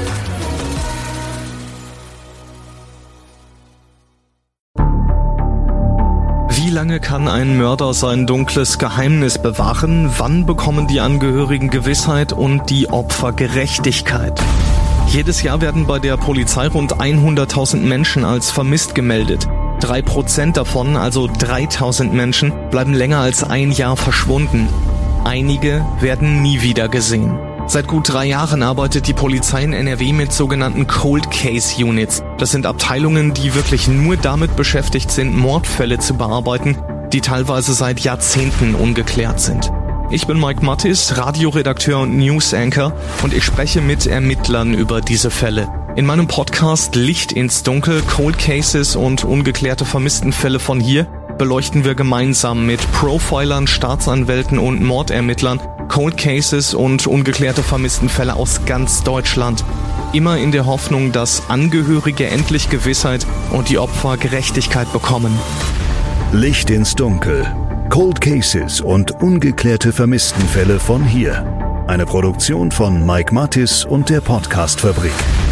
Wie lange kann ein Mörder sein dunkles Geheimnis bewahren? Wann bekommen die Angehörigen Gewissheit und die Opfer Gerechtigkeit? Jedes Jahr werden bei der Polizei rund 100.000 Menschen als vermisst gemeldet. 3% davon, also 3.000 Menschen, bleiben länger als ein Jahr verschwunden. Einige werden nie wieder gesehen. Seit gut 3 Jahren arbeitet die Polizei in NRW mit sogenannten Cold Case Units. Das sind Abteilungen, die wirklich nur damit beschäftigt sind, Mordfälle zu bearbeiten, die teilweise seit Jahrzehnten ungeklärt sind. Ich bin Mike Mattis, Radioredakteur und News Anchor und ich spreche mit Ermittlern über diese Fälle. In meinem Podcast Licht ins Dunkel, Cold Cases und ungeklärte Vermisstenfälle von hier beleuchten wir gemeinsam mit Profilern, Staatsanwälten und Mordermittlern Cold Cases und ungeklärte Vermisstenfälle aus ganz Deutschland. Immer in der Hoffnung, dass Angehörige endlich Gewissheit und die Opfer Gerechtigkeit bekommen. Licht ins Dunkel. Cold Cases und ungeklärte Vermisstenfälle von hier. Eine Produktion von Mike Mattis und der Podcast-Fabrik.